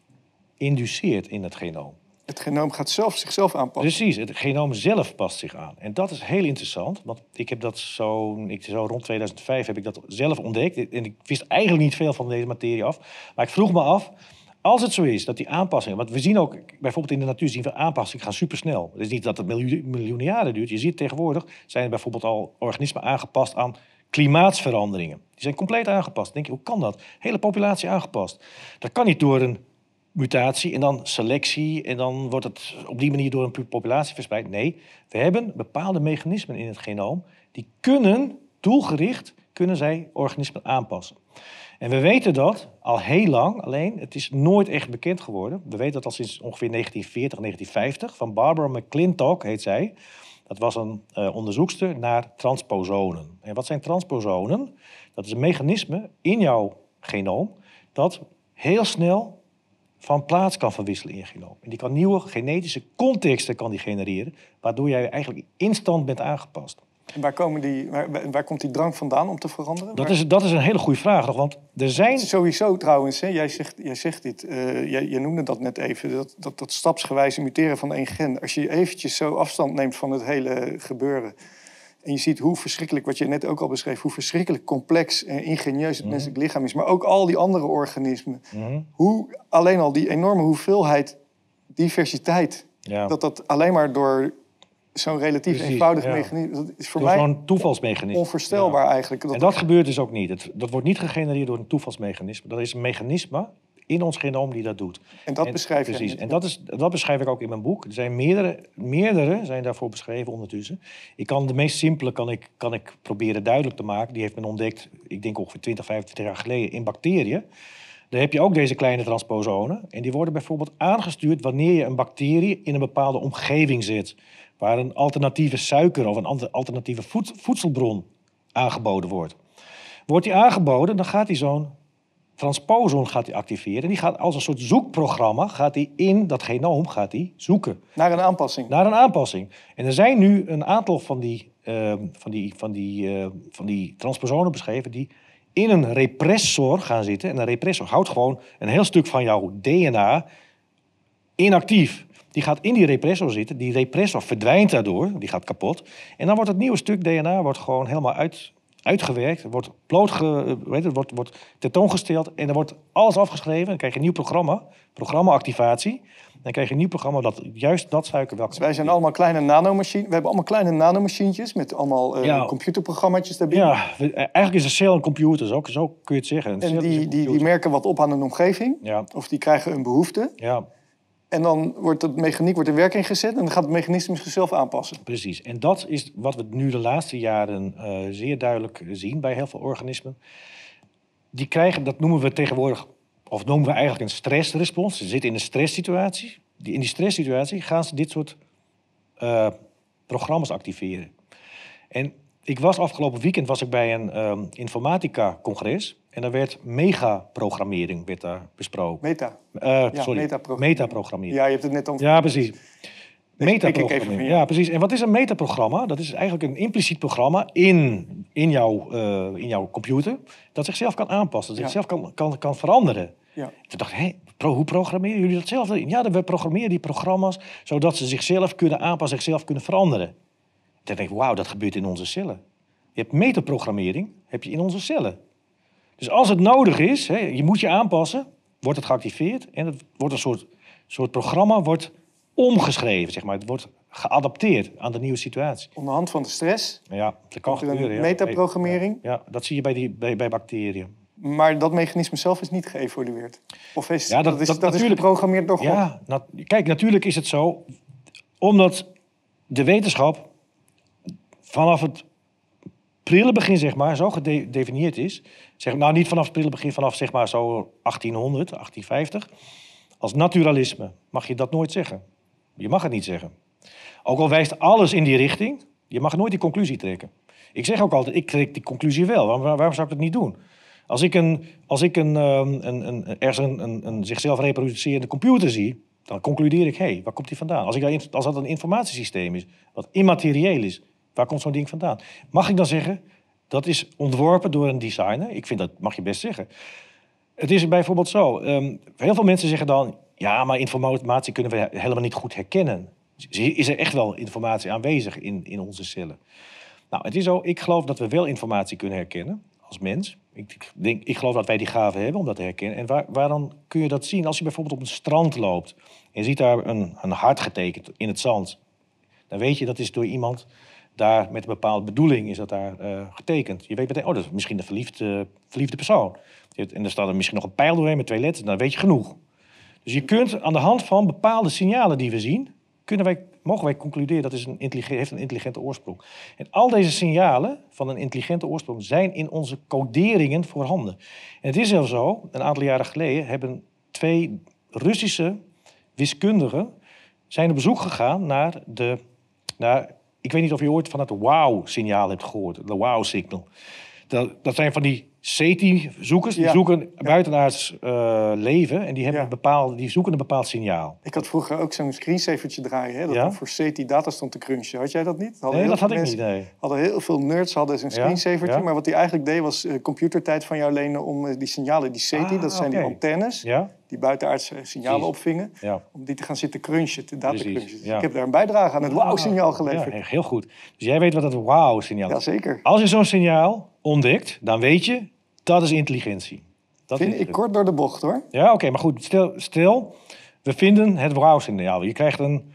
induceert in het genoom. Het genoom gaat zelf zichzelf aanpassen. Precies, het genoom zelf past zich aan. En dat is heel interessant, want ik heb dat zo, ik, zo rond tweeduizend vijf heb ik dat zelf ontdekt. En ik wist eigenlijk niet veel van deze materie af. Maar ik vroeg me af, als het zo is dat die aanpassingen... Want we zien ook, bijvoorbeeld in de natuur zien we aanpassingen gaan supersnel. Het is niet dat het miljoen, miljoenen jaren duurt. Je ziet tegenwoordig, zijn er bijvoorbeeld al organismen aangepast aan klimaatsveranderingen. Die zijn compleet aangepast. Dan denk je, hoe kan dat? Hele populatie aangepast. Dat kan niet door een mutatie en dan selectie en dan wordt het op die manier door een populatie verspreid. Nee, we hebben bepaalde mechanismen in het genoom die kunnen, doelgericht, kunnen zij organismen aanpassen. En we weten dat al heel lang, alleen het is nooit echt bekend geworden. We weten dat al sinds ongeveer negentien veertig, negentien vijftig, van Barbara McClintock heet zij. Dat was een uh, onderzoekster naar transposonen. En wat zijn transposonen? Dat is een mechanisme in jouw genoom dat heel snel van plaats kan verwisselen in je genoom. En die kan nieuwe genetische contexten kan die genereren, waardoor jij eigenlijk instant bent aangepast. En waar, komen die, waar, waar komt die drang vandaan om te veranderen? Dat is, dat is een hele goede vraag, want er zijn... Sowieso trouwens, hè, jij, zegt, jij zegt dit, uh, jij, jij noemde dat net even, dat, dat, dat stapsgewijze muteren van één gen. Als je eventjes zo afstand neemt van het hele gebeuren en je ziet hoe verschrikkelijk, wat je net ook al beschreef, hoe verschrikkelijk complex en ingenieus het mm. menselijk lichaam is, maar ook al die andere organismen. Mm. Hoe alleen al die enorme hoeveelheid diversiteit, ja. dat dat alleen maar door zo'n relatief Precies, eenvoudig ja. mechanisme. Dat is voor Door mij zo'n toevalsmechanisme. onvoorstelbaar Ja. eigenlijk. Dat En dat gebeurt dus ook niet. Het, dat wordt niet gegenereerd door een toevalsmechanisme. Dat is een mechanisme in ons genoom die dat doet. en dat beschrijf je. Precies. net. En dat, is, dat beschrijf ik ook in mijn boek. Er zijn meerdere, meerdere zijn daarvoor beschreven ondertussen. Ik kan de meest simpele kan ik, kan ik proberen duidelijk te maken. Die heeft men ontdekt, ik denk ongeveer twintig, vijfentwintig jaar geleden, in bacteriën. Daar heb je ook deze kleine transposonen. En die worden bijvoorbeeld aangestuurd wanneer je een bacterie in een bepaalde omgeving zet. Waar een alternatieve suiker of een alternatieve voed, voedselbron aangeboden wordt. Wordt die aangeboden, dan gaat die zo'n transposon gaat die activeren. En die gaat als een soort zoekprogramma gaat die in dat genoom gaat die zoeken. Naar een aanpassing. Naar een aanpassing. En er zijn nu een aantal van die, uh, van die, van die, uh, van die transposonen beschreven die in een repressor gaan zitten. En een repressor houdt gewoon een heel stuk van jouw D N A inactief. Die gaat in die repressor zitten. Die repressor verdwijnt daardoor. Die gaat kapot. En dan wordt het nieuwe stuk D N A wordt gewoon helemaal uit, uitgewerkt. Wordt, blootge, weet het, wordt, wordt tentoongesteld. En dan wordt alles afgeschreven. Dan krijg je een nieuw programma. Programma-activatie. Dan krijg je een nieuw programma dat juist dat suiker wel. Dus wij zijn allemaal kleine nanomachines. We hebben allemaal kleine nanomachientjes met allemaal uh, Ja. computerprogramma's daarbinnen. Ja, we- eigenlijk is een cel een computer. Zo, zo kun je het zeggen. Een En cel is een die, die, die computer. merken wat op aan een omgeving. Ja, Of die krijgen een behoefte. ja. En dan wordt het mechaniek wordt in werking gezet. En dan gaat het mechanisme zichzelf aanpassen. Precies. En dat is wat we nu de laatste jaren uh, zeer duidelijk zien bij heel veel organismen. Die krijgen, dat noemen we tegenwoordig, of noemen we eigenlijk een stressrespons. Ze zitten in een stresssituatie. Die, in die stresssituatie gaan ze dit soort uh, programma's activeren. En ik was afgelopen weekend was ik bij een um, informatica-congres. En daar werd megaprogrammering werd daar besproken. Meta. Uh, Ja, sorry, metaprogrammering. metaprogrammering. Ja, je hebt het net over. Ja, precies. Ik even Metaprogrammering. van je. Ja, precies. En wat is een metaprogramma? Dat is eigenlijk een impliciet programma in, in, jouw, uh, in jouw computer dat zichzelf kan aanpassen, dat Ja. zichzelf kan, kan, kan veranderen. Ja. Toen dacht ik, hé, pro, hoe programmeren jullie dat zelf? Ja, we programmeren die programma's zodat ze zichzelf kunnen aanpassen, zichzelf kunnen veranderen. Toen denk ik, wauw, dat gebeurt in onze cellen. Je hebt metaprogrammering, heb je in onze cellen. Dus als het nodig is, hè, je moet je aanpassen, wordt het geactiveerd en het wordt een soort, soort programma wordt omgeschreven, zeg maar. Het wordt geadapteerd aan de nieuwe situatie. Om de hand van de stress. Ja, dat kan Komt er een gebeuren. Ja. metaprogrammering? Ja, ja, dat zie je bij, die, bij, bij bacteriën. Maar dat mechanisme zelf is niet geëvolueerd. Of is, Ja, dat- dat, is, dat dat is natuurlijk- geprogrammeerd door God. Ja, na- kijk, natuurlijk is het zo, omdat de wetenschap vanaf het prille begin, zeg maar, zo gedefinieerd is. Zeg, nou, niet vanaf het prille begin, vanaf zeg maar zo achttienhonderd, achttienvijftig. Als naturalisme mag je dat nooit zeggen. Je mag het niet zeggen. Ook al wijst alles in die richting, je mag nooit die conclusie trekken. Ik zeg ook altijd, ik trek die conclusie wel. Waarom, waarom zou ik dat niet doen? Als ik, een, als ik een, een, een, een, ergens een, een, een zichzelf reproducerende computer zie, dan concludeer ik, hé, hey, waar komt die vandaan? Als, ik, daar- als dat een informatiesysteem is, wat immaterieel is, waar komt zo'n ding vandaan? Mag ik dan zeggen, dat is ontworpen door een designer? Ik vind dat, mag je best zeggen. Het is bijvoorbeeld zo, um, heel veel mensen zeggen dan, ja, maar informatie kunnen we helemaal niet goed herkennen. Is er echt wel informatie aanwezig in, in onze cellen? Nou, het is zo, ik geloof dat we wel informatie kunnen herkennen als mens. Ik, denk, ik geloof dat wij die gave hebben om dat te herkennen. En waar, waar dan kun je dat zien? Als je bijvoorbeeld op een strand loopt en je ziet daar een, een hart getekend in het zand. Dan weet je dat is door iemand daar met een bepaalde bedoeling is dat daar uh, getekend. Je weet meteen, oh, dat is misschien een verliefde, verliefde persoon. En er staat er misschien nog een pijl doorheen met twee letters. Dan weet je genoeg. Dus je kunt aan de hand van bepaalde signalen die we zien, kunnen wij, mogen wij concluderen dat is een intelligent, heeft een intelligente oorsprong. En al deze signalen van een intelligente oorsprong zijn in onze coderingen voorhanden. En het is zelfs zo, een aantal jaren geleden hebben twee Russische wiskundigen zijn op bezoek gegaan naar de, naar, ik weet niet of je ooit van het wow-signaal hebt gehoord, de wow-signal. Dat, dat zijn van die SETI-zoekers, die Ja. zoeken Ja. buitenaards uh, leven en die, hebben Ja. een bepaald, die zoeken een bepaald signaal. Ik had vroeger ook zo'n screensavertje draaien. Hè, dat Ja? dan voor SETI data stond te crunchen. Had jij dat niet? Hadden Nee, heel dat veel had ik mensen- niet, nee. Hadden heel veel nerds hadden zo'n Ja? screensavertje. Ja? Maar wat hij eigenlijk deed was uh, computertijd van jou lenen om uh, die signalen, die SETI, Ah, dat zijn oké. die antennes, Ja? die buitenaardse signalen Precies. opvingen, Ja. om die te gaan zitten crunchen, te data Precies, crunchen. Dus ja. ik heb daar een bijdrage aan het wow-signaal geleverd. Ja, heel goed. Dus jij weet wat het wow-signaal is. Jazeker. Als je zo'n signaal ontdekt, dan weet je, dat is intelligentie. Dat Vind is ik het. kort door de bocht, hoor. Ja, oké, maar goed. Stel, stel, we vinden het wow-signaal. Je krijgt een,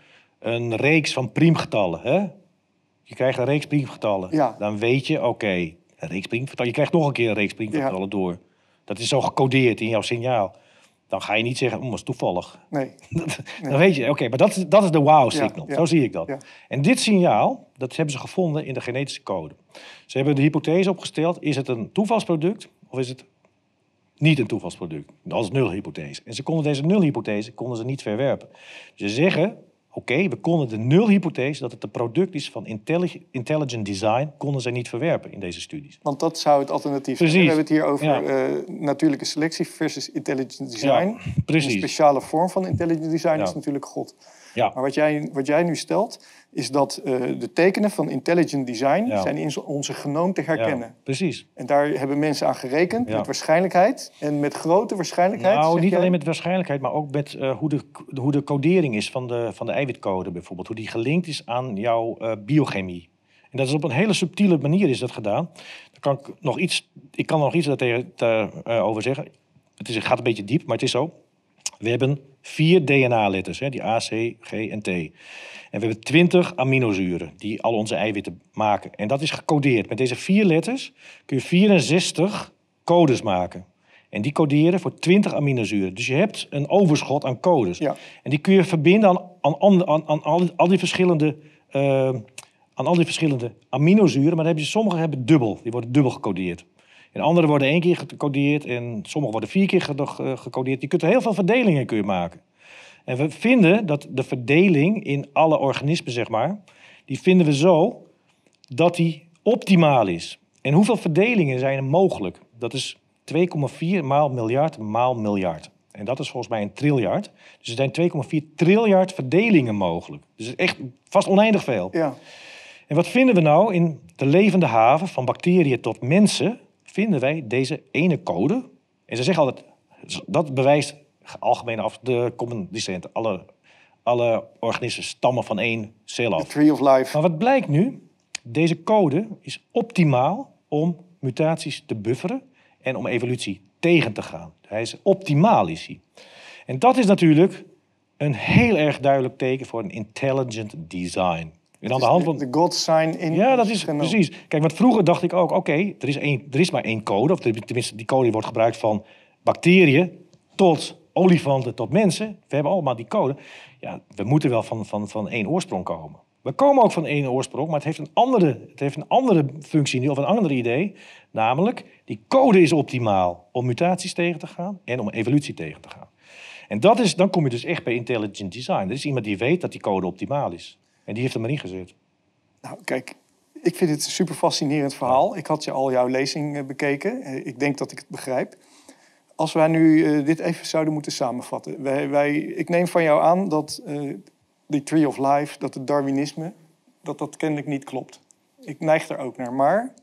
een reeks van priemgetallen. Hè? Je krijgt een reeks priemgetallen. Ja. Dan weet je, oké, okay, een reeks priemgetallen. Je krijgt nog een keer een reeks priemgetallen ja. door. Dat is zo gecodeerd in jouw signaal. Dan ga je niet zeggen, oh, dat is toevallig. Nee. Dan nee. weet je, oké, okay, maar dat is, dat is de wow-signal. Ja, ja. Zo zie ik dat. Ja. En dit signaal, dat hebben ze gevonden in de genetische code. Ze hebben de hypothese opgesteld, is het een toevalsproduct of is het niet een toevalsproduct? Als nulhypothese. En ze konden deze nulhypothese konden ze niet verwerpen. Dus ze zeggen, oké, okay, we konden de nulhypothese, dat het een product is van intellig- intelligent design, konden ze niet verwerpen in deze studies. Want dat zou het alternatief zijn. Precies. We hebben het hier over ja. uh, natuurlijke selectie versus intelligent design. Ja, precies. Een speciale vorm van intelligent design ja. is natuurlijk God. Ja. Maar wat jij, wat jij nu stelt, is dat uh, de tekenen van intelligent design ja. zijn in onze genoom te herkennen. Ja, precies. En daar hebben mensen aan gerekend ja. met waarschijnheid en met grote waarschijnlijkheid. Nou, niet jij? alleen met waarschijnlijkheid, maar ook met uh, hoe, de, hoe de codering is van de, van de eiwitcode bijvoorbeeld. Hoe die gelinkt is aan jouw uh, biochemie. En dat is op een hele subtiele manier is dat gedaan. Dan kan ik nog iets, ik kan er nog iets daarover uh, zeggen. Het, is, het gaat een beetje diep, maar het is zo. We hebben vier D N A-letters, hè, die A, C, G en T. En we hebben twintig aminozuren die al onze eiwitten maken. En dat is gecodeerd. Met deze vier letters kun je vierenzestig codes maken. En die coderen voor twintig aminozuren. Dus je hebt een overschot aan codes. Ja. En die kun je verbinden aan, aan, aan, aan al, al die verschillende... Uh, aan al die verschillende aminozuren. Maar dan heb je, sommige hebben dubbel. Die worden dubbel gecodeerd. En andere worden één keer gecodeerd en sommige worden vier keer gecodeerd. Je kunt er heel veel verdelingen kun je maken. En we vinden dat de verdeling in alle organismen, zeg maar, die vinden we zo dat die optimaal is. En hoeveel verdelingen zijn er mogelijk? Dat is twee komma vier maal miljard maal miljard. En dat is volgens mij een triljard. Dus er zijn twee komma vier triljard verdelingen mogelijk. Dus echt vast oneindig veel. Ja. En wat vinden we nou in de levende haven, van bacteriën tot mensen, vinden wij deze ene code. En ze zeggen altijd, dat bewijst algemeen af, de common descent. Alle, alle organismen stammen van één cel af. The tree of life. Maar wat blijkt nu? Deze code is optimaal om mutaties te bufferen en om evolutie tegen te gaan. Hij is optimaal, is hij. En dat is natuurlijk een heel erg duidelijk teken voor een intelligent design. En aan de hand van de God sign in. Ja, dat is genoemd. Precies. Kijk, want vroeger dacht ik ook, oké, okay, er is één, er is maar één code, of tenminste die code wordt gebruikt van bacteriën tot olifanten tot mensen. We hebben allemaal die code. Ja, we moeten wel van, van, van één oorsprong komen. We komen ook van één oorsprong, maar het heeft een andere, het heeft een andere functie of een ander idee. Namelijk, die code is optimaal om mutaties tegen te gaan en om evolutie tegen te gaan. En dat is, dan kom je dus echt bij intelligent design. Er is iemand die weet dat die code optimaal is. En die heeft hem erin gezet. Nou, kijk, ik vind het een super fascinerend verhaal. Ik had je al jouw lezing bekeken. Ik denk dat ik het begrijp. Als wij nu uh, dit even zouden moeten samenvatten. Wij, wij, ik neem van jou aan dat uh, die Tree of Life, dat het Darwinisme, dat dat kennelijk niet klopt. Ik neig er ook naar. Maar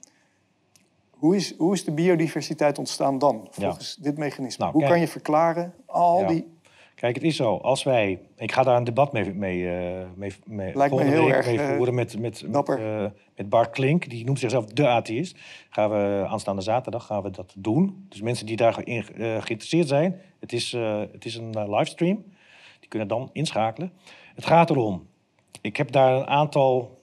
hoe is, hoe is de biodiversiteit ontstaan dan, volgens ja. dit mechanisme? Nou, hoe kijk, kan je verklaren al ja. die... Kijk, het is zo. Als wij... Ik ga daar een debat mee, mee, mee, mee Lijkt me heel erg mee voeren met, met, met, uh, met Bart Klink. Die noemt zichzelf de atheïst. Gaan we aanstaande zaterdag gaan we dat doen. Dus mensen die daarin uh, geïnteresseerd zijn. Het is, uh, het is een uh, livestream. Die kunnen dan inschakelen. Het gaat erom. Ik heb daar een aantal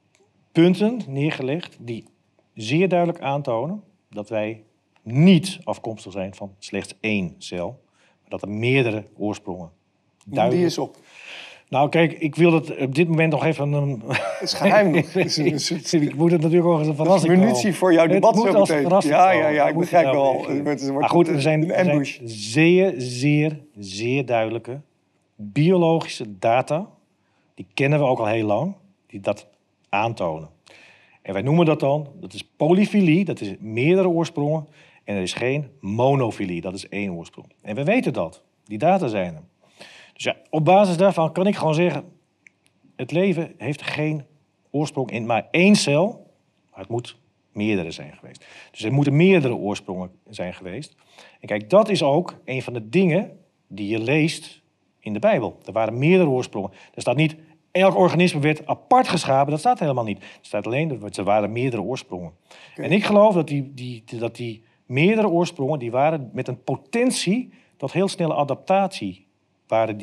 punten neergelegd die zeer duidelijk aantonen dat wij niet afkomstig zijn van slechts één cel. Dat er meerdere oorsprongen duidelijk... Die is op. Nou, kijk, ik wil dat op dit moment nog even... Um... Het is geheim nog. Ik moet het natuurlijk ook als een verrassing houden. Munitie voor jouw debat zo meteen. Ja, ja, ja, ik begrijp wel. wel. Maar goed, er zijn, er zijn zeer, zeer, zeer duidelijke biologische data. Die kennen we ook al heel lang. Die dat aantonen. En wij noemen dat dan, dat is polyfilie. Dat is meerdere oorsprongen. En er is geen monofilie, dat is één oorsprong. En we weten dat. Die data zijn er. Dus ja, op basis daarvan kan ik gewoon zeggen... het leven heeft geen oorsprong in maar één cel. Maar het moet meerdere zijn geweest. Dus er moeten meerdere oorsprongen zijn geweest. En kijk, dat is ook een van de dingen die je leest in de Bijbel. Er waren meerdere oorsprongen. Er staat niet... elk organisme werd apart geschapen. Dat staat helemaal niet. Er staat alleen dat er waren meerdere oorsprongen. Okay. En ik geloof dat die... die, dat die meerdere oorsprongen die waren met een potentie tot heel snelle adaptatie waren die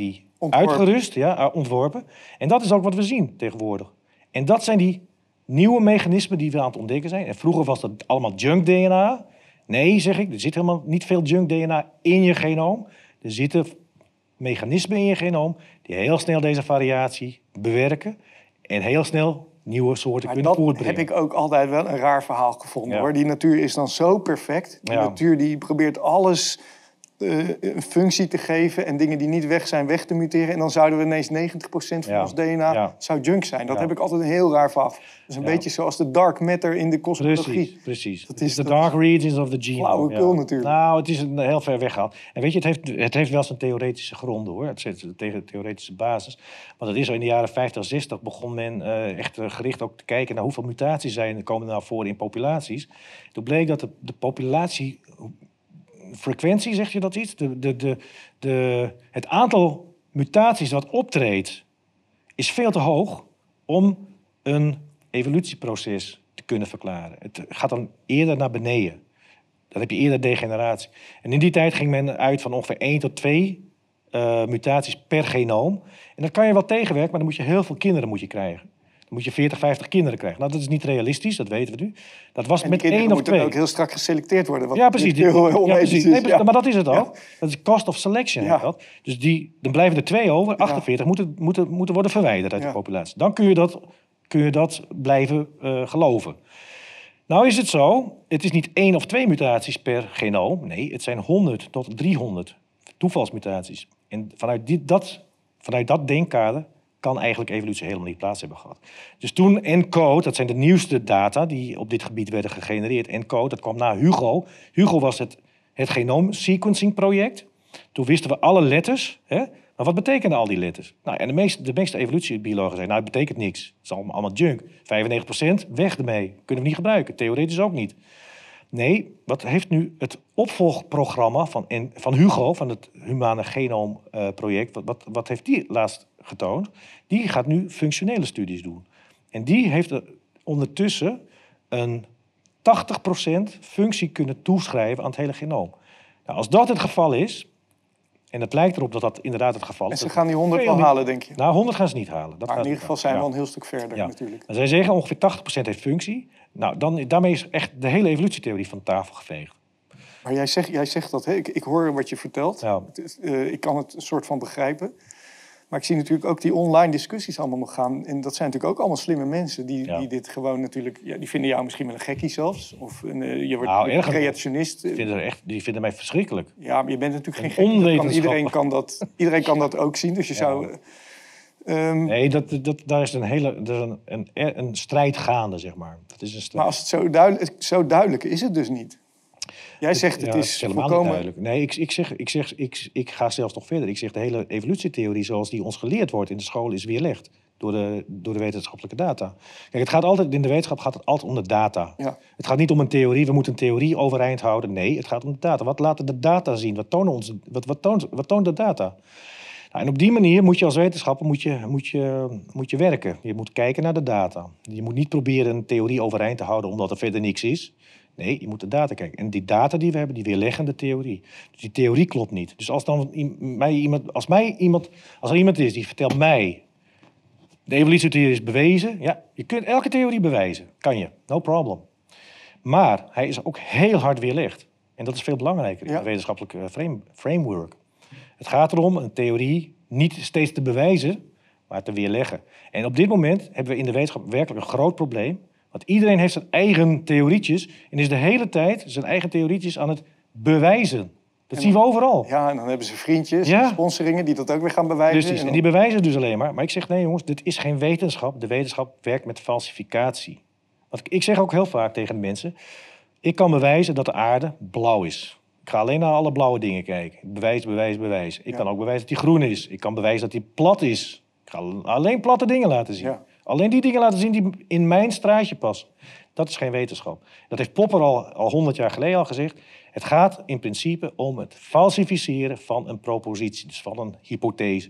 Ontworpen. uitgerust, ja, ontworpen. En dat is ook wat we zien tegenwoordig. En dat zijn die nieuwe mechanismen die we aan het ontdekken zijn. En vroeger was dat allemaal junk D N A. Nee, zeg ik, er zit helemaal niet veel junk D N A in je genoom. Er zitten mechanismen in je genoom die heel snel deze variatie bewerken en heel snel nieuwe soorten Maar kunnen dat voortbrengen. heb ik ook altijd wel een raar verhaal gevonden. Ja. Hoor. Die natuur is dan zo perfect. Die Ja. natuur die probeert alles uh, een functie te geven en dingen die niet weg zijn, weg te muteren. En dan zouden we ineens negentig procent van Ja. ons D N A Ja. zou junk zijn. Dat Ja. heb ik altijd een heel raar verhaal. Dat is een Ja. beetje zoals de dark matter in de kosmologie. Precies, precies. Dat Het is- is de dat dark regions of the genome. flauwekul natuurlijk. Nou, het is een heel ver weggehaald. En weet je, het heeft, het heeft wel zijn theoretische gronden, hoor. Het zit tegen de theoretische basis. Want het is zo in de jaren vijftig, zestig begon men uh, echt uh, gericht ook te kijken naar hoeveel mutaties zijn, komen er nou voor in populaties. Toen bleek dat de, de populatie... frequentie, zeg je dat iets? De, de, de, de, het aantal mutaties wat optreedt is veel te hoog om een evolutieproces te kunnen verklaren. Het gaat dan eerder naar beneden. Dan heb je eerder degeneratie. En in die tijd ging men uit van ongeveer één tot twee uh, mutaties per genoom. En dat kan je wel tegenwerken, maar dan moet je heel veel kinderen moet je krijgen. Dan moet je veertig, vijftig kinderen krijgen. Nou, dat is niet realistisch, dat weten we nu. Dat was En met die kinderen één of moeten twee. ook heel strak geselecteerd worden. Wat Ja, precies. heel, heel ja, onethisch precies. is. Nee, precies. Ja. Maar dat is het al. Ja. Dat is cost of selection. Ja. Heet dat. Dus die, dan blijven er twee over. achtenveertig moeten, moeten, moeten worden verwijderd uit Ja. de populatie. Dan kun je dat, kun je dat blijven uh, geloven. Nou is het zo, het is niet één of twee mutaties per genoom. Nee, het zijn honderd tot driehonderd toevalsmutaties. En vanuit, die, dat, vanuit dat denkkader kan eigenlijk evolutie helemaal niet plaats hebben gehad. Dus toen ENCODE, dat zijn de nieuwste data die op dit gebied werden gegenereerd. ENCODE, dat kwam na HUGO. HUGO was het, het genoom sequencing project. Toen wisten we alle letters. Hè? Maar wat betekenen al die letters? Nou, en de meeste, de meeste evolutiebiologen zeiden, nou, het betekent niks. Het is allemaal, allemaal junk. vijfennegentig procent, weg ermee. Kunnen we niet gebruiken. Theoretisch ook niet. Nee, wat heeft nu het opvolgprogramma van, van HUGO, van het Humane Genoom uh, Project, wat, wat, wat heeft die laatst getoond? Die gaat nu functionele studies doen. En die heeft er ondertussen een tachtig procent functie kunnen toeschrijven aan het hele genoom. Nou, als dat het geval is, en het lijkt erop dat dat inderdaad het geval is. En ze gaan die honderd wel halen, denk je? Nou, honderd gaan ze niet halen. Dat maar in ieder geval zijn we ja. al een heel stuk verder ja. natuurlijk. En zij zeggen ongeveer tachtig procent heeft functie. Nou, dan, daarmee is echt de hele evolutietheorie van tafel geveegd. Maar jij zegt, jij zegt dat, hè? Ik, ik hoor wat je vertelt. Ja. Het is, uh, ik kan het een soort van begrijpen. Maar ik zie natuurlijk ook die online discussies allemaal nog gaan. En dat zijn natuurlijk ook allemaal slimme mensen die, Ja. die dit gewoon natuurlijk... Ja, die vinden jou misschien wel een gekkie zelfs. Of een, uh, je wordt Nou, een erger. creationist. Die vinden, echt, die vinden mij verschrikkelijk. Ja, maar je bent natuurlijk Een geen gekkie. Dat kan, onwetenschapper. iedereen, kan dat, iedereen kan dat ook zien. Dus je Ja. zou... Uh, um, Nee, dat, dat, daar is een hele er is een, een, een strijd gaande, zeg maar. Dat is een strijd. maar als het zo duidelijk, zo duidelijk is het dus niet. Jij zegt het Ja, is helemaal niet volkomen... duidelijk. Nee, ik, ik, zeg, ik, zeg, ik, ik ga zelfs nog verder. Ik zeg de hele evolutietheorie zoals die ons geleerd wordt in de school is weerlegd door de, door de wetenschappelijke data. Kijk, het gaat altijd, in de wetenschap gaat het altijd om de data. Ja. Het gaat niet om een theorie, we moeten een theorie overeind houden. Nee, het gaat om de data. Wat laten de data zien? Wat, tonen ons, wat, wat, toont, wat toont de data? Nou, en op die manier moet je als wetenschapper moet je, moet je, moet je werken. Je moet kijken naar de data. Je moet niet proberen een theorie overeind te houden omdat er verder niks is. Nee, je moet de data kijken. En die data die we hebben, die weerleggen de theorie. Dus die theorie klopt niet. Dus als, dan mij iemand, als, mij iemand, als er iemand is die vertelt mij... de evolutietheorie is bewezen. Ja, je kunt elke theorie bewijzen. Kan je. No problem. Maar hij is ook heel hard weerlegd. En dat is veel belangrijker in Ja. een wetenschappelijke frame, framework. Het gaat erom een theorie niet steeds te bewijzen, maar te weerleggen. En op dit moment hebben we in de wetenschap werkelijk een groot probleem. Want iedereen heeft zijn eigen theorietjes en is de hele tijd zijn eigen theorietjes aan het bewijzen. Dat En zien we overal. Ja, en dan hebben ze vriendjes, Ja. sponsoringen die dat ook weer gaan bewijzen. Precies, en dan- die bewijzen dus alleen maar. Maar ik zeg, nee jongens, dit is geen wetenschap. De wetenschap werkt met falsificatie. Want ik zeg ook heel vaak tegen de mensen... ik kan bewijzen dat de aarde blauw is. Ik ga alleen naar alle blauwe dingen kijken. Bewijs, bewijs, bewijs. Ik Ja. kan ook bewijzen dat die groen is. Ik kan bewijzen dat die plat is. Ik ga alleen platte dingen laten zien. Ja. Alleen die dingen laten zien die in mijn straatje passen. Dat is geen wetenschap. Dat heeft Popper al al honderd jaar geleden al gezegd. Het gaat in principe om het falsificeren van een propositie. Dus van een hypothese.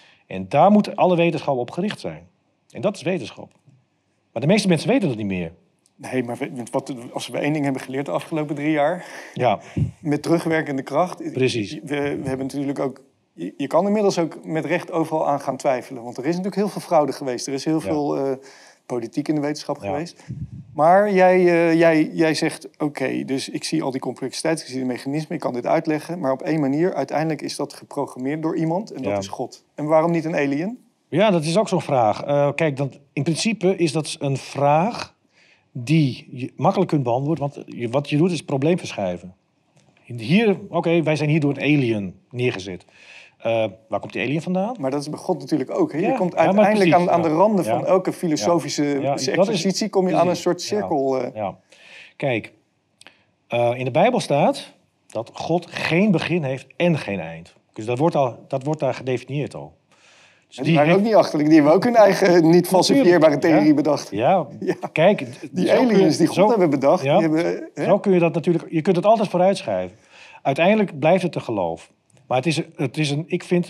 En daar moet alle wetenschap op gericht zijn. En dat is wetenschap. Maar de meeste mensen weten dat niet meer. Nee, maar we- wat, als we één ding hebben geleerd de afgelopen drie jaar... Ja, met terugwerkende kracht... Precies. We, we hebben natuurlijk ook je, je kan inmiddels ook met recht overal aan gaan twijfelen. Want er is natuurlijk heel veel fraude geweest. Er is heel Ja. veel uh, politiek in de wetenschap Ja. geweest. Maar jij, uh, jij, jij zegt, oké, okay, dus ik zie al die complexiteit, ik zie de mechanismen, ik kan dit uitleggen. Maar op één manier, uiteindelijk is dat geprogrammeerd door iemand en dat Ja. is God. En waarom niet een alien? Ja, dat is ook zo'n vraag. Uh, kijk, dan, in principe is dat een vraag die je makkelijk kunt beantwoorden. Want je, wat je doet is probleem verschuiven. Hier, oké, okay, wij zijn hier door een alien neergezet. Uh, waar komt die alien vandaan? Maar dat is bij God natuurlijk ook. Hè? Ja, je komt ja, uiteindelijk precies, aan, aan de randen ja. van elke filosofische ja. Ja, exercitie... kom je precies. aan een soort cirkel. Ja. Ja. Kijk, uh, in de Bijbel staat dat God geen begin heeft en geen eind. Dus dat wordt, al, dat wordt daar gedefinieerd al. Dus die waren heeft... ook niet achterlijk. Die hebben ook hun eigen niet falsifieerbare theorie ja. bedacht. Ja, ja. Kijk... Die aliens die God zo, hebben bedacht. Ja, die hebben, zo kun je dat natuurlijk... Je kunt het altijd vooruitschrijven. Uiteindelijk blijft het een geloof. Maar het is, het is een... Ik vind...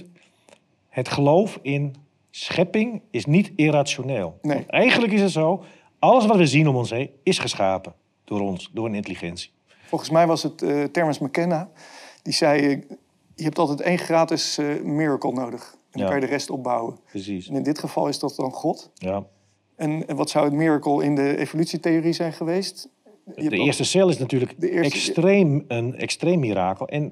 Het geloof in schepping is niet irrationeel. Nee. Want eigenlijk is het zo... Alles wat we zien om ons heen is geschapen door ons. Door een intelligentie. Volgens mij was het uh, Terence McKenna. Die zei... Uh, je hebt altijd één gratis uh, miracle nodig. En dan ja. kan je de rest opbouwen. Precies. En in dit geval is dat dan God. Ja. En, en wat zou het miracle in de evolutietheorie zijn geweest? Je de eerste cel is natuurlijk eerste... extreem, een extreem mirakel. En,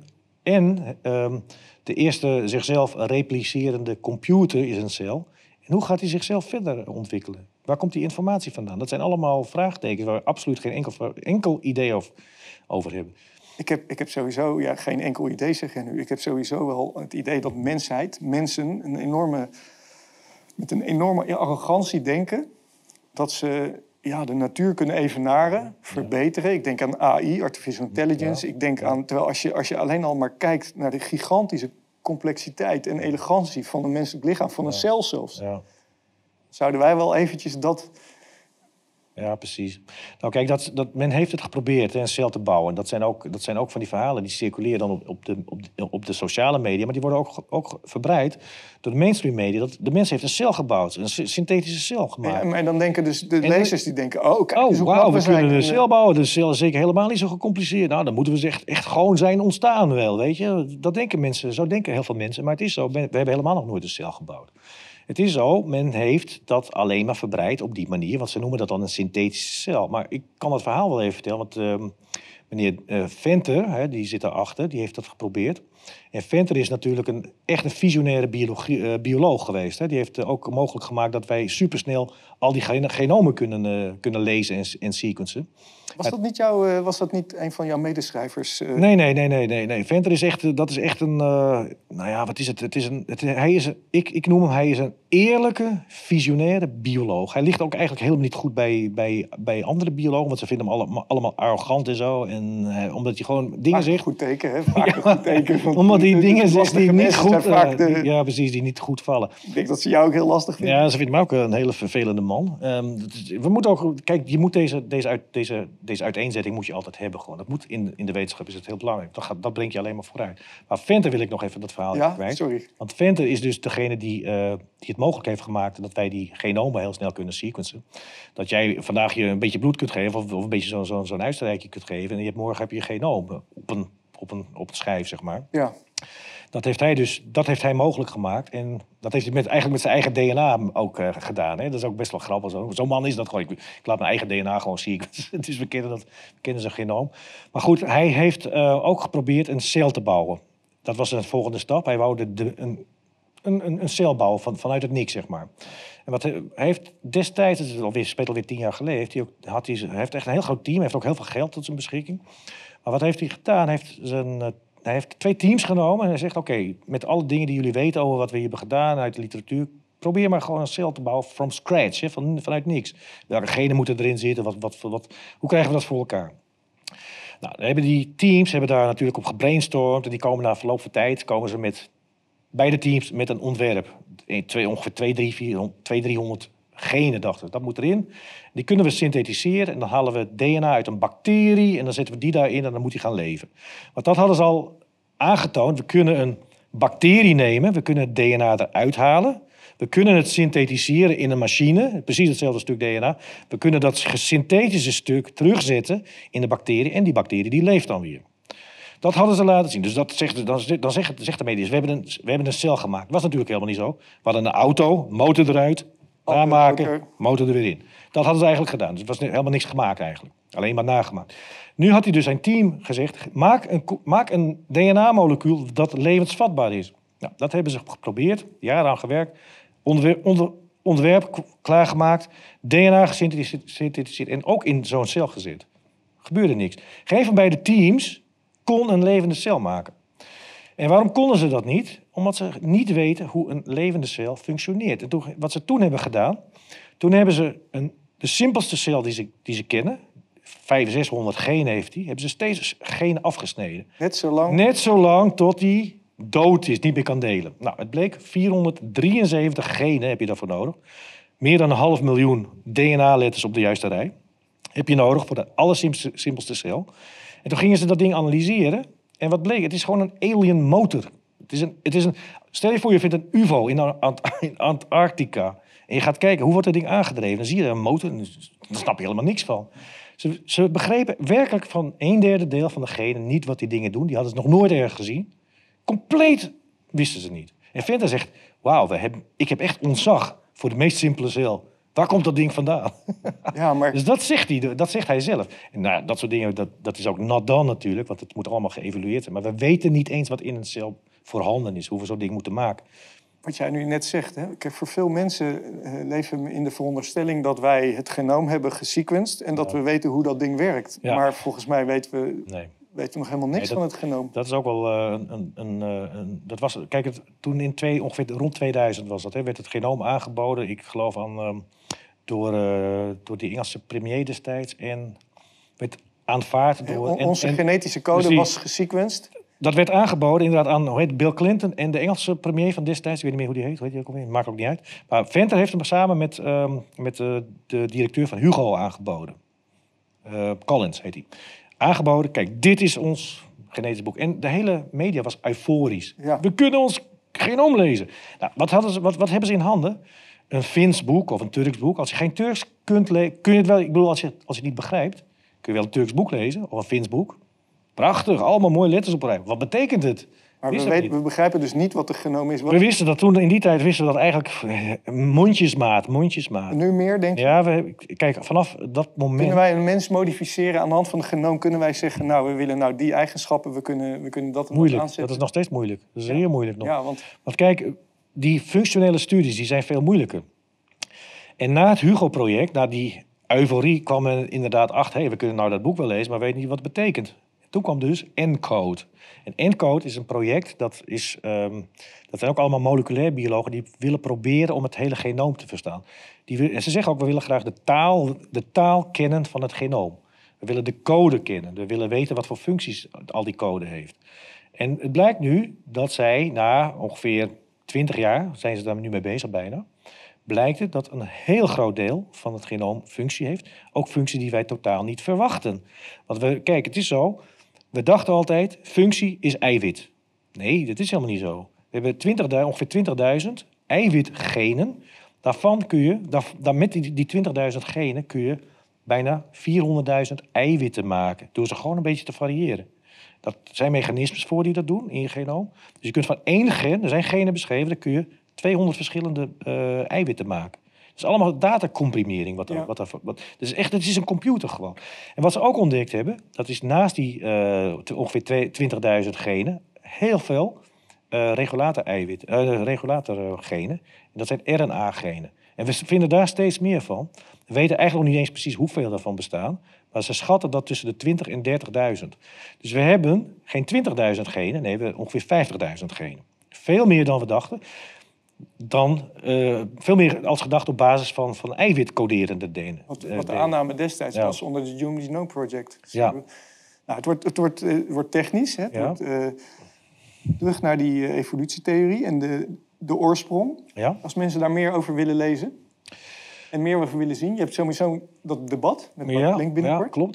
en um, de eerste zichzelf replicerende computer is een cel. En hoe gaat hij zichzelf verder ontwikkelen? Waar komt die informatie vandaan? Dat zijn allemaal vraagtekens waar we absoluut geen enkel, enkel idee over, over hebben. Ik heb, ik heb sowieso, ja, geen enkel idee zeg je nu. Ik heb sowieso wel het idee dat mensheid, mensen, een enorme, met een enorme arrogantie denken dat ze ja, de natuur kunnen evenaren, verbeteren. Ik denk aan A I, artificial intelligence. Ja. Ik denk aan, terwijl als je, als je alleen al maar kijkt naar de gigantische complexiteit en elegantie van een menselijk lichaam, van een ja. cel zelfs, ja. zouden wij wel eventjes dat... Ja, precies. Nou kijk, dat, dat, men heeft het geprobeerd, hè, een cel te bouwen. Dat zijn ook, dat zijn ook van die verhalen die circuleren dan op, op, de, op, de, op de sociale media. Maar die worden ook, ook verbreid door de mainstream media. Dat, de mens heeft een cel gebouwd, een synthetische cel gemaakt. Ja, maar dan denken dus de en lezers die denken... Oh, kijk, oh dus hoe wauw, we, we kunnen zijn. een cel bouwen. De cel is zeker helemaal niet zo gecompliceerd. Nou, dan moeten we echt, echt gewoon zijn ontstaan wel, weet je. Dat denken mensen, zo denken heel veel mensen. Maar het is zo, we hebben helemaal nog nooit een cel gebouwd. Het is zo, men heeft dat alleen maar verbreid op die manier. Want ze noemen dat dan een synthetische cel. Maar ik kan het verhaal wel even vertellen. Want uh, meneer uh, Venter, hè, die zit daarachter, die heeft dat geprobeerd. En Venter is natuurlijk een, echt een visionaire biologie, uh, bioloog geweest. Hè. Die heeft uh, ook mogelijk gemaakt dat wij supersnel al die gen- genomen kunnen, uh, kunnen lezen en, en sequencen. Was dat, niet jouw, uh, was dat niet een van jouw medeschrijvers? Uh... Nee, nee, nee, nee, nee, nee. Venter is echt, dat is echt een, uh, nou ja, wat is het? Het is een, het, hij is een, ik, ik noem hem, hij is een eerlijke, visionaire bioloog. Hij ligt ook eigenlijk helemaal niet goed bij, bij, bij andere biologen, want ze vinden hem allemaal, allemaal arrogant en zo. En uh, omdat hij gewoon dingen Vaak zegt. Een goed teken, hè? Vaak ja, een goed teken. Omdat hij dingen zegt die niet goed, uh, de... die, ja, precies, die niet goed vallen. Ik denk dat ze jou ook heel lastig vinden. Ja, ze vinden mij ook een hele vervelende man. Um, we moeten ook, kijk, je moet deze, deze, uit, deze, deze uiteenzetting moet je altijd hebben gewoon. Dat moet in, in de wetenschap is het heel belangrijk. Dat, gaat, dat brengt je alleen maar vooruit. Maar Venter wil ik nog even dat verhaal ja, kwijt. Sorry. Want Venter is dus degene die, uh, die het mogelijk heeft gemaakt dat wij die genomen heel snel kunnen sequencen. Dat jij vandaag je een beetje bloed kunt geven of, of een beetje zo'n zo, zo'n uitstrijkje kunt geven en je hebt, morgen heb je je genoom op een, op een, op een schijf, zeg maar. Ja. Dat heeft hij dus, dat heeft hij mogelijk gemaakt. En dat heeft hij met, eigenlijk met zijn eigen D N A ook uh, gedaan. Hè? Dat is ook best wel grappig. Zo. Zo'n man is dat gewoon. Ik, ik laat mijn eigen D N A gewoon zien. Dus we kennen, dat, we kennen zijn genoom. Maar goed, hij heeft uh, ook geprobeerd een cel te bouwen. Dat was een volgende stap. Hij wou de, de, een, een, een cel bouwen van, vanuit het niks, zeg maar. En wat hij, hij heeft destijds, het is alweer, speelt alweer tien jaar geleden, heeft hij, ook, had hij, hij heeft echt een heel groot team. Hij heeft ook heel veel geld tot zijn beschikking. Maar wat heeft hij gedaan? Hij heeft zijn... Hij heeft twee teams genomen en hij zegt... oké, okay, met alle dingen die jullie weten over wat we hier hebben gedaan uit de literatuur... probeer maar gewoon een cel te bouwen from scratch, hè, van, vanuit niks. Welke genen moeten erin zitten? Wat, wat, wat, hoe krijgen we dat voor elkaar? Nou, dan hebben die teams hebben daar natuurlijk op gebrainstormd... en die komen na verloop van tijd... komen ze met beide teams met een ontwerp. Twee, ongeveer tweehonderd, driehonderd genen, dachten we. Dat moet erin. Die kunnen we synthetiseren en dan halen we D N A uit een bacterie... en dan zetten we die daarin en dan moet die gaan leven. Want dat hadden ze al aangetoond. We kunnen een bacterie nemen, we kunnen het D N A eruit halen... we kunnen het synthetiseren in een machine, precies hetzelfde stuk D N A... we kunnen dat synthetische stuk terugzetten in de bacterie... en die bacterie die leeft dan weer. Dat hadden ze laten zien. Dus dat zegt, dan, dan zegt, zegt de media, we hebben, een, we hebben een cel gemaakt. Dat was natuurlijk helemaal niet zo. We hadden een auto, motor eruit, aanmaken, motor. motor er weer in. Dat hadden ze eigenlijk gedaan. Dus het was helemaal niks gemaakt eigenlijk. Alleen maar nagemaakt. Nu had hij dus zijn team gezegd, maak een, maak een D N A-molecuul dat levensvatbaar is. Nou, dat hebben ze geprobeerd, jaren aan gewerkt. Onderwerp, onder, onderwerp klaargemaakt, D N A gesynthetiseerd en ook in zo'n cel gezet. Gebeurde niks. Geen van beide teams kon een levende cel maken. En waarom konden ze dat niet? Omdat ze niet weten hoe een levende cel functioneert. En toen, wat ze toen hebben gedaan, toen hebben ze een, de simpelste cel die ze, die ze kennen, vijfhonderd, zeshonderd genen heeft die, hebben ze steeds genen afgesneden. Net zo lang? Net zo lang tot die dood is, niet meer kan delen. Nou, het bleek vierhonderddrieënzeventig genen heb je daarvoor nodig. Meer dan een half miljoen D N A-letters op de juiste rij heb je nodig voor de allersimpelste cel. En toen gingen ze dat ding analyseren. En wat bleek? Het is gewoon een alien motor. Het is een, het is een, stel je voor, je vindt een U F O in, Ant in Antarctica. En je gaat kijken, hoe wordt dat ding aangedreven? Dan zie je een motor, en daar snap je helemaal niks van. Ze, ze begrepen werkelijk van een derde deel van de genen niet wat die dingen doen. Die hadden ze nog nooit ergens gezien. Compleet wisten ze niet. En Venter zegt, wauw, we hebben, ik heb echt ontzag voor de meest simpele cel. Waar komt dat ding vandaan? Ja, maar... Dus dat zegt hij, dat zegt hij zelf. En nou, dat soort dingen, dat, dat is ook not done natuurlijk, want het moet allemaal geëvalueerd zijn. Maar we weten niet eens wat in een cel voorhanden is, hoe we zo'n ding moeten maken. Wat jij nu net zegt, hè? Kijk, voor veel mensen uh, leven we in de veronderstelling dat wij het genoom hebben gesequenced en dat ja. we weten hoe dat ding werkt. Ja. Maar volgens mij weten we, nee. weten we nog helemaal niks nee, dat, van het genoom. Dat is ook wel uh, een, een, een... Dat was, kijk, het, toen in twee, ongeveer rond tweeduizend was dat, hè, werd het genoom aangeboden. Ik geloof aan... Um, Door, uh, door die Engelse premier destijds en werd aanvaard door... En, onze en, genetische code precies, was gesequenced? Dat werd aangeboden inderdaad aan hoe heet, Bill Clinton en de Engelse premier van destijds. Ik weet niet meer hoe die heet, hoe heet die ook alweer? Maakt ook niet uit. Maar Venter heeft hem samen met, um, met uh, de directeur van Hugo aangeboden. Uh, Collins heet hij. Aangeboden, kijk, dit is ons genetisch boek. En de hele media was euforisch. Ja. We kunnen ons genoom lezen. Nou, wat, hadden ze, wat, wat hebben ze in handen? Een Fins boek of een Turks boek. Als je geen Turks kunt lezen, kun je het wel... Ik bedoel, als je, als je het niet begrijpt, kun je wel een Turks boek lezen of een Fins boek. Prachtig, allemaal mooie letters op rij. Wat betekent het? Maar we, weten, we begrijpen dus niet wat de genoom is. Wat... We wisten dat toen, in die tijd wisten we dat eigenlijk mondjesmaat, mondjesmaat. Nu meer, denk je? Ja, we, kijk, vanaf dat moment... Kunnen wij een mens modificeren aan de hand van het genoom? Kunnen wij zeggen, nou, we willen nou die eigenschappen, we kunnen, we kunnen dat en moeilijk. dat aanzetten? Dat is nog steeds moeilijk. Dat is ja. heel moeilijk nog. Ja, want... want kijk, die functionele studies die zijn veel moeilijker. En na het Hugo-project, na die euforie, kwam er inderdaad achter... Hey, we kunnen nou dat boek wel lezen, maar weten niet wat het betekent. Toen kwam dus ENCODE. En ENCODE is een project, dat, is, um, dat zijn ook allemaal moleculair biologen... die willen proberen om het hele genoom te verstaan. Die, en ze zeggen ook, we willen graag de taal, de taal kennen van het genoom. We willen de code kennen. We willen weten wat voor functies al die code heeft. En het blijkt nu dat zij na ongeveer twintig jaar... zijn ze daar nu mee bezig bijna... blijkt het dat een heel groot deel van het genoom functie heeft. Ook functie die wij totaal niet verwachten. Want we, kijk, het is zo... We dachten altijd, functie is eiwit. Nee, dat is helemaal niet zo. We hebben twintig, ongeveer twintigduizend eiwitgenen. Daarvan kun je, daar, daar met die, die twintigduizend genen kun je bijna vierhonderdduizend eiwitten maken. Door ze gewoon een beetje te variëren. Dat zijn mechanismes voor die dat doen in je genoom. Dus je kunt van één gen, er zijn genen beschreven, daar kun je tweehonderd verschillende uh, eiwitten maken. Het is allemaal datacomprimering. Wat er, ja. wat er, wat, dus echt, het is een computer gewoon. En wat ze ook ontdekt hebben, dat is naast die uh, ongeveer twintigduizend genen... heel veel uh, regulator-eiwitten, uh, regulator-genen. En dat zijn R N A-genen. En we vinden daar steeds meer van. We weten eigenlijk nog niet eens precies hoeveel daarvan bestaan. Maar ze schatten dat tussen de twintig en dertigduizend. Dus we hebben geen twintigduizend genen, nee, we hebben ongeveer vijftigduizend genen. Veel meer dan we dachten. Dan uh, veel meer als gedacht op basis van, van eiwitcoderende D N A. Wat, wat de aanname destijds ja. was onder het Human Genome Project. Dus ja. we, nou, het wordt, het wordt, uh, wordt technisch. Hè? Het ja. wordt, uh, terug naar die uh, evolutietheorie en de, de oorsprong. Ja. Als mensen daar meer over willen lezen en meer over willen zien. Je hebt sowieso dat debat met Bart ja, Link binnenkort. Ja, klopt.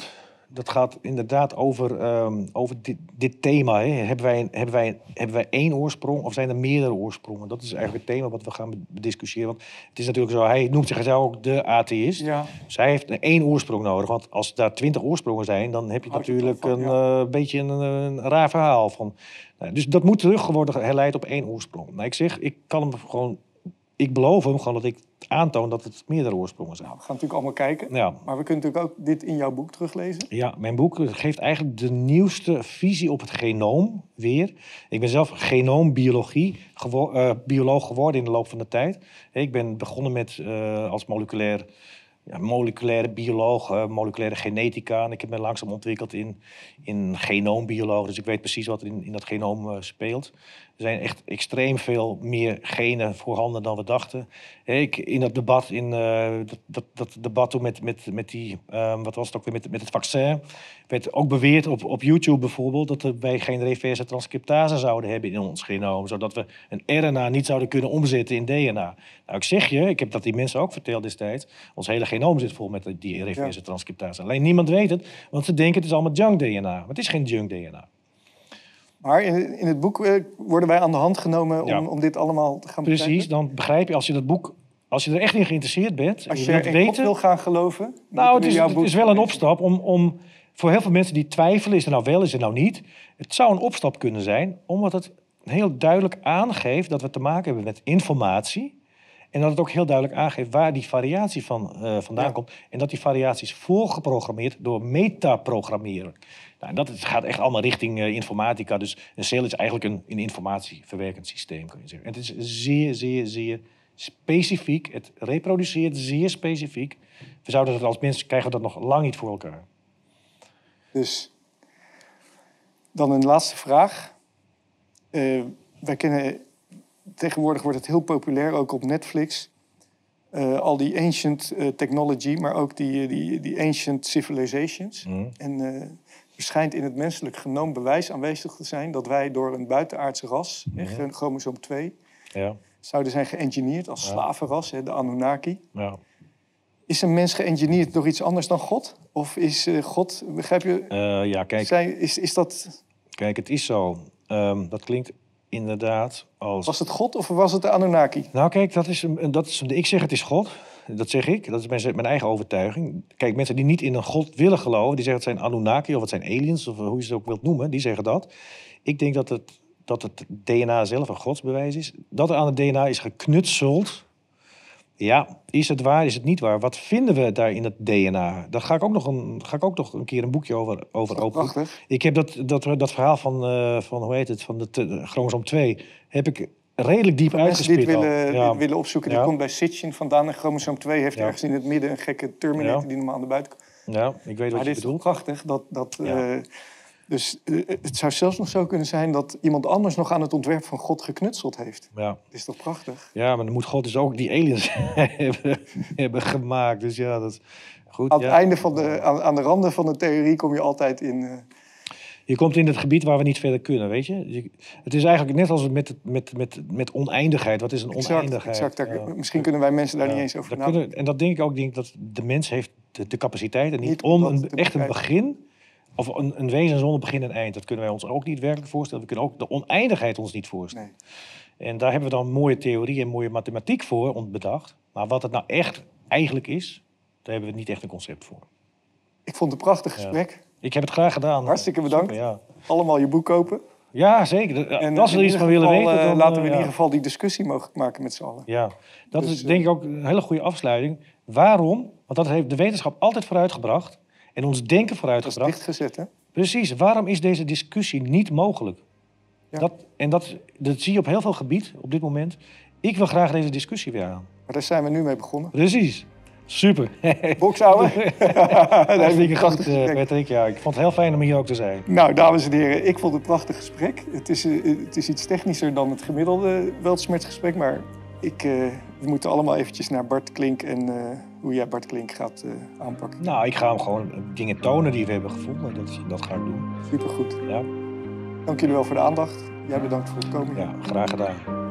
dat gaat inderdaad over, um, over dit, dit thema. Hè. Hebben, wij, hebben, wij, hebben wij één oorsprong of zijn er meerdere oorsprongen? Dat is eigenlijk het thema wat we gaan bediscussiëren. Want het is natuurlijk zo, hij noemt zichzelf ook de atheïst. Ja. Dus hij heeft één oorsprong nodig. Want als daar twintig oorsprongen zijn, dan heb je Houd je natuurlijk ervan, een ja. uh, beetje een, een raar verhaal. Van, nou, dus dat moet terug worden herleid op één oorsprong. Nou, ik zeg, ik kan hem gewoon... Ik beloof hem gewoon dat ik aantoon dat het meerdere oorsprongen zijn. Nou, we gaan natuurlijk allemaal kijken. Ja. Maar we kunnen natuurlijk ook dit in jouw boek teruglezen. Ja, mijn boek geeft eigenlijk de nieuwste visie op het genoom weer. Ik ben zelf genoombiologie, gewo- uh, bioloog geworden in de loop van de tijd. Ik ben begonnen met uh, als moleculair, ja, moleculaire bioloog, uh, moleculaire genetica. En ik heb me langzaam ontwikkeld in, in genoombioloog. Dus ik weet precies wat er in, in dat genoom uh, speelt. Er zijn echt extreem veel meer genen voorhanden dan we dachten. Ik, in dat debat, in, uh, dat, dat, dat debat toen met, met, met die, um, wat was het ook weer, met, met het vaccin, werd ook beweerd op, op YouTube bijvoorbeeld dat wij geen reverse transcriptase zouden hebben in ons genoom, zodat we een R N A niet zouden kunnen omzetten in D N A. Nou, ik zeg je, ik heb dat die mensen ook verteld destijds, ons hele genoom zit vol met die reverse ja. transcriptase. Alleen niemand weet het, want ze denken het is allemaal junk D N A. Maar het is geen junk D N A. Maar in, in het boek uh, worden wij aan de hand genomen om, ja. om dit allemaal te gaan Precies, bekijken? dan begrijp je als je dat boek, als je er echt in geïnteresseerd bent, als je, je je in weten, God wil gaan geloven. Nou, het is, jouw het boek is wel een opstap om, om voor heel veel mensen die twijfelen, is het nou wel, is het nou niet? Het zou een opstap kunnen zijn, omdat het heel duidelijk aangeeft dat we te maken hebben met informatie. En dat het ook heel duidelijk aangeeft waar die variatie van uh, vandaan ja. komt. En dat die variatie is voorgeprogrammeerd door metaprogrammeren. Nou, dat is, gaat echt allemaal richting uh, informatica. Dus een cel is eigenlijk een, een informatieverwerkend systeem, kun je zeggen. En het is zeer, zeer, zeer specifiek. Het reproduceert zeer specifiek. We zouden dat als mensen krijgen we dat nog lang niet voor elkaar. Dus dan een laatste vraag. Uh, wij kennen... Tegenwoordig wordt het heel populair, ook op Netflix. Uh, al die ancient uh, technology, maar ook die, die, die ancient civilizations. Mm. En uh, er schijnt in het menselijk genoom bewijs aanwezig te zijn dat wij door een buitenaardse ras, mm. hè, chromosoom twee, ja. zouden zijn geëngineerd als ja. slavenras, hè, de Anunnaki. Ja. Is een mens geëngineerd door iets anders dan God? Of is uh, God, begrijp je? Uh, ja, kijk. Zijn, is, is dat... Kijk, het is zo. Um, dat klinkt... Inderdaad. Als... Was het God of was het de Anunnaki? Nou kijk, dat is, dat is, ik zeg het is God. Dat zeg ik. Dat is mijn, mijn eigen overtuiging. Kijk, mensen die niet in een God willen geloven, die zeggen het zijn Anunnaki of het zijn aliens, of hoe je ze ook wilt noemen, die zeggen dat. Ik denk dat het, dat het D N A zelf een godsbewijs is. Dat er aan het D N A is geknutseld. Ja, is het waar, is het niet waar? Wat vinden we daar in het D N A? Daar ga ik ook nog een, ga ik ook nog een keer een boekje over, over openen. Ik heb dat, dat, dat verhaal van, uh, van, hoe heet het, van de te, chromosoom twee, heb ik redelijk diep uitgespit. Mensen die het willen, ja. dit willen opzoeken, die ja. komt bij Sitchin vandaan. En chromosoom twee heeft ja. ergens in het midden een gekke Terminator ja. die normaal aan de buiten komt. Ja, ik weet wat maar je dit bedoelt. is prachtig. Dat, dat, ja. uh, dus uh, het zou zelfs nog zo kunnen zijn dat iemand anders nog aan het ontwerp van God geknutseld heeft. Ja. Dat is toch prachtig? Ja, maar dan moet God dus ook die aliens hebben, hebben gemaakt. Dus ja, dat is goed. Aan het ja. einde van de, aan, aan de randen van de theorie kom je altijd in... Uh, Je komt in het gebied waar we niet verder kunnen, weet je. Het is eigenlijk net als met, met, met, met oneindigheid. Wat is een exact, oneindigheid? Exact. Daar, ja. Misschien kunnen wij mensen daar ja. niet eens over nadenken. En dat denk ik ook, denk dat de mens heeft de, de capaciteit en niet, niet om een, echt een begin... Of een, een wezen zonder begin en eind. Dat kunnen wij ons ook niet werkelijk voorstellen. We kunnen ook de oneindigheid ons niet voorstellen. Nee. En daar hebben we dan mooie theorie en mooie mathematiek voor bedacht. Maar wat het nou echt eigenlijk is, daar hebben we niet echt een concept voor. Ik vond het een prachtig gesprek. Ja. Ik heb het graag gedaan. Hartstikke bedankt. Super, ja. Allemaal je boek kopen. Ja, zeker. En als we er iets van willen geval, weten... Dan, laten we in ja. ieder geval die discussie mogen maken met z'n allen. Ja, dat dus, is denk ik ook een hele goede afsluiting. Waarom? Want dat heeft de wetenschap altijd vooruitgebracht. En ons denken vooruitgebracht. Dat is dichtgezet, hè? Precies. Waarom is deze discussie niet mogelijk? Ja. Dat, en dat, dat zie je op heel veel gebied op dit moment. Ik wil graag deze discussie weer aan. Maar daar zijn we nu mee begonnen. Precies. Super. Bokshouden. Dat vind ik goed, uh, Patrick. Ja, ik vond het heel fijn om hier ook te zijn. Nou, dames en heren, ik vond het een prachtig gesprek. Het is, uh, het is iets technischer dan het gemiddelde weltsmertsgesprek, maar ik, uh, we moeten allemaal eventjes naar Bart Klink en uh, hoe jij Bart Klink gaat uh, aanpakken. Nou, ik ga hem gewoon dingen tonen die we hebben gevonden. Dat, dat ga ik doen. Supergoed. Ja. Dank jullie wel voor de aandacht. Jij bedankt voor het komen. Ja, graag gedaan.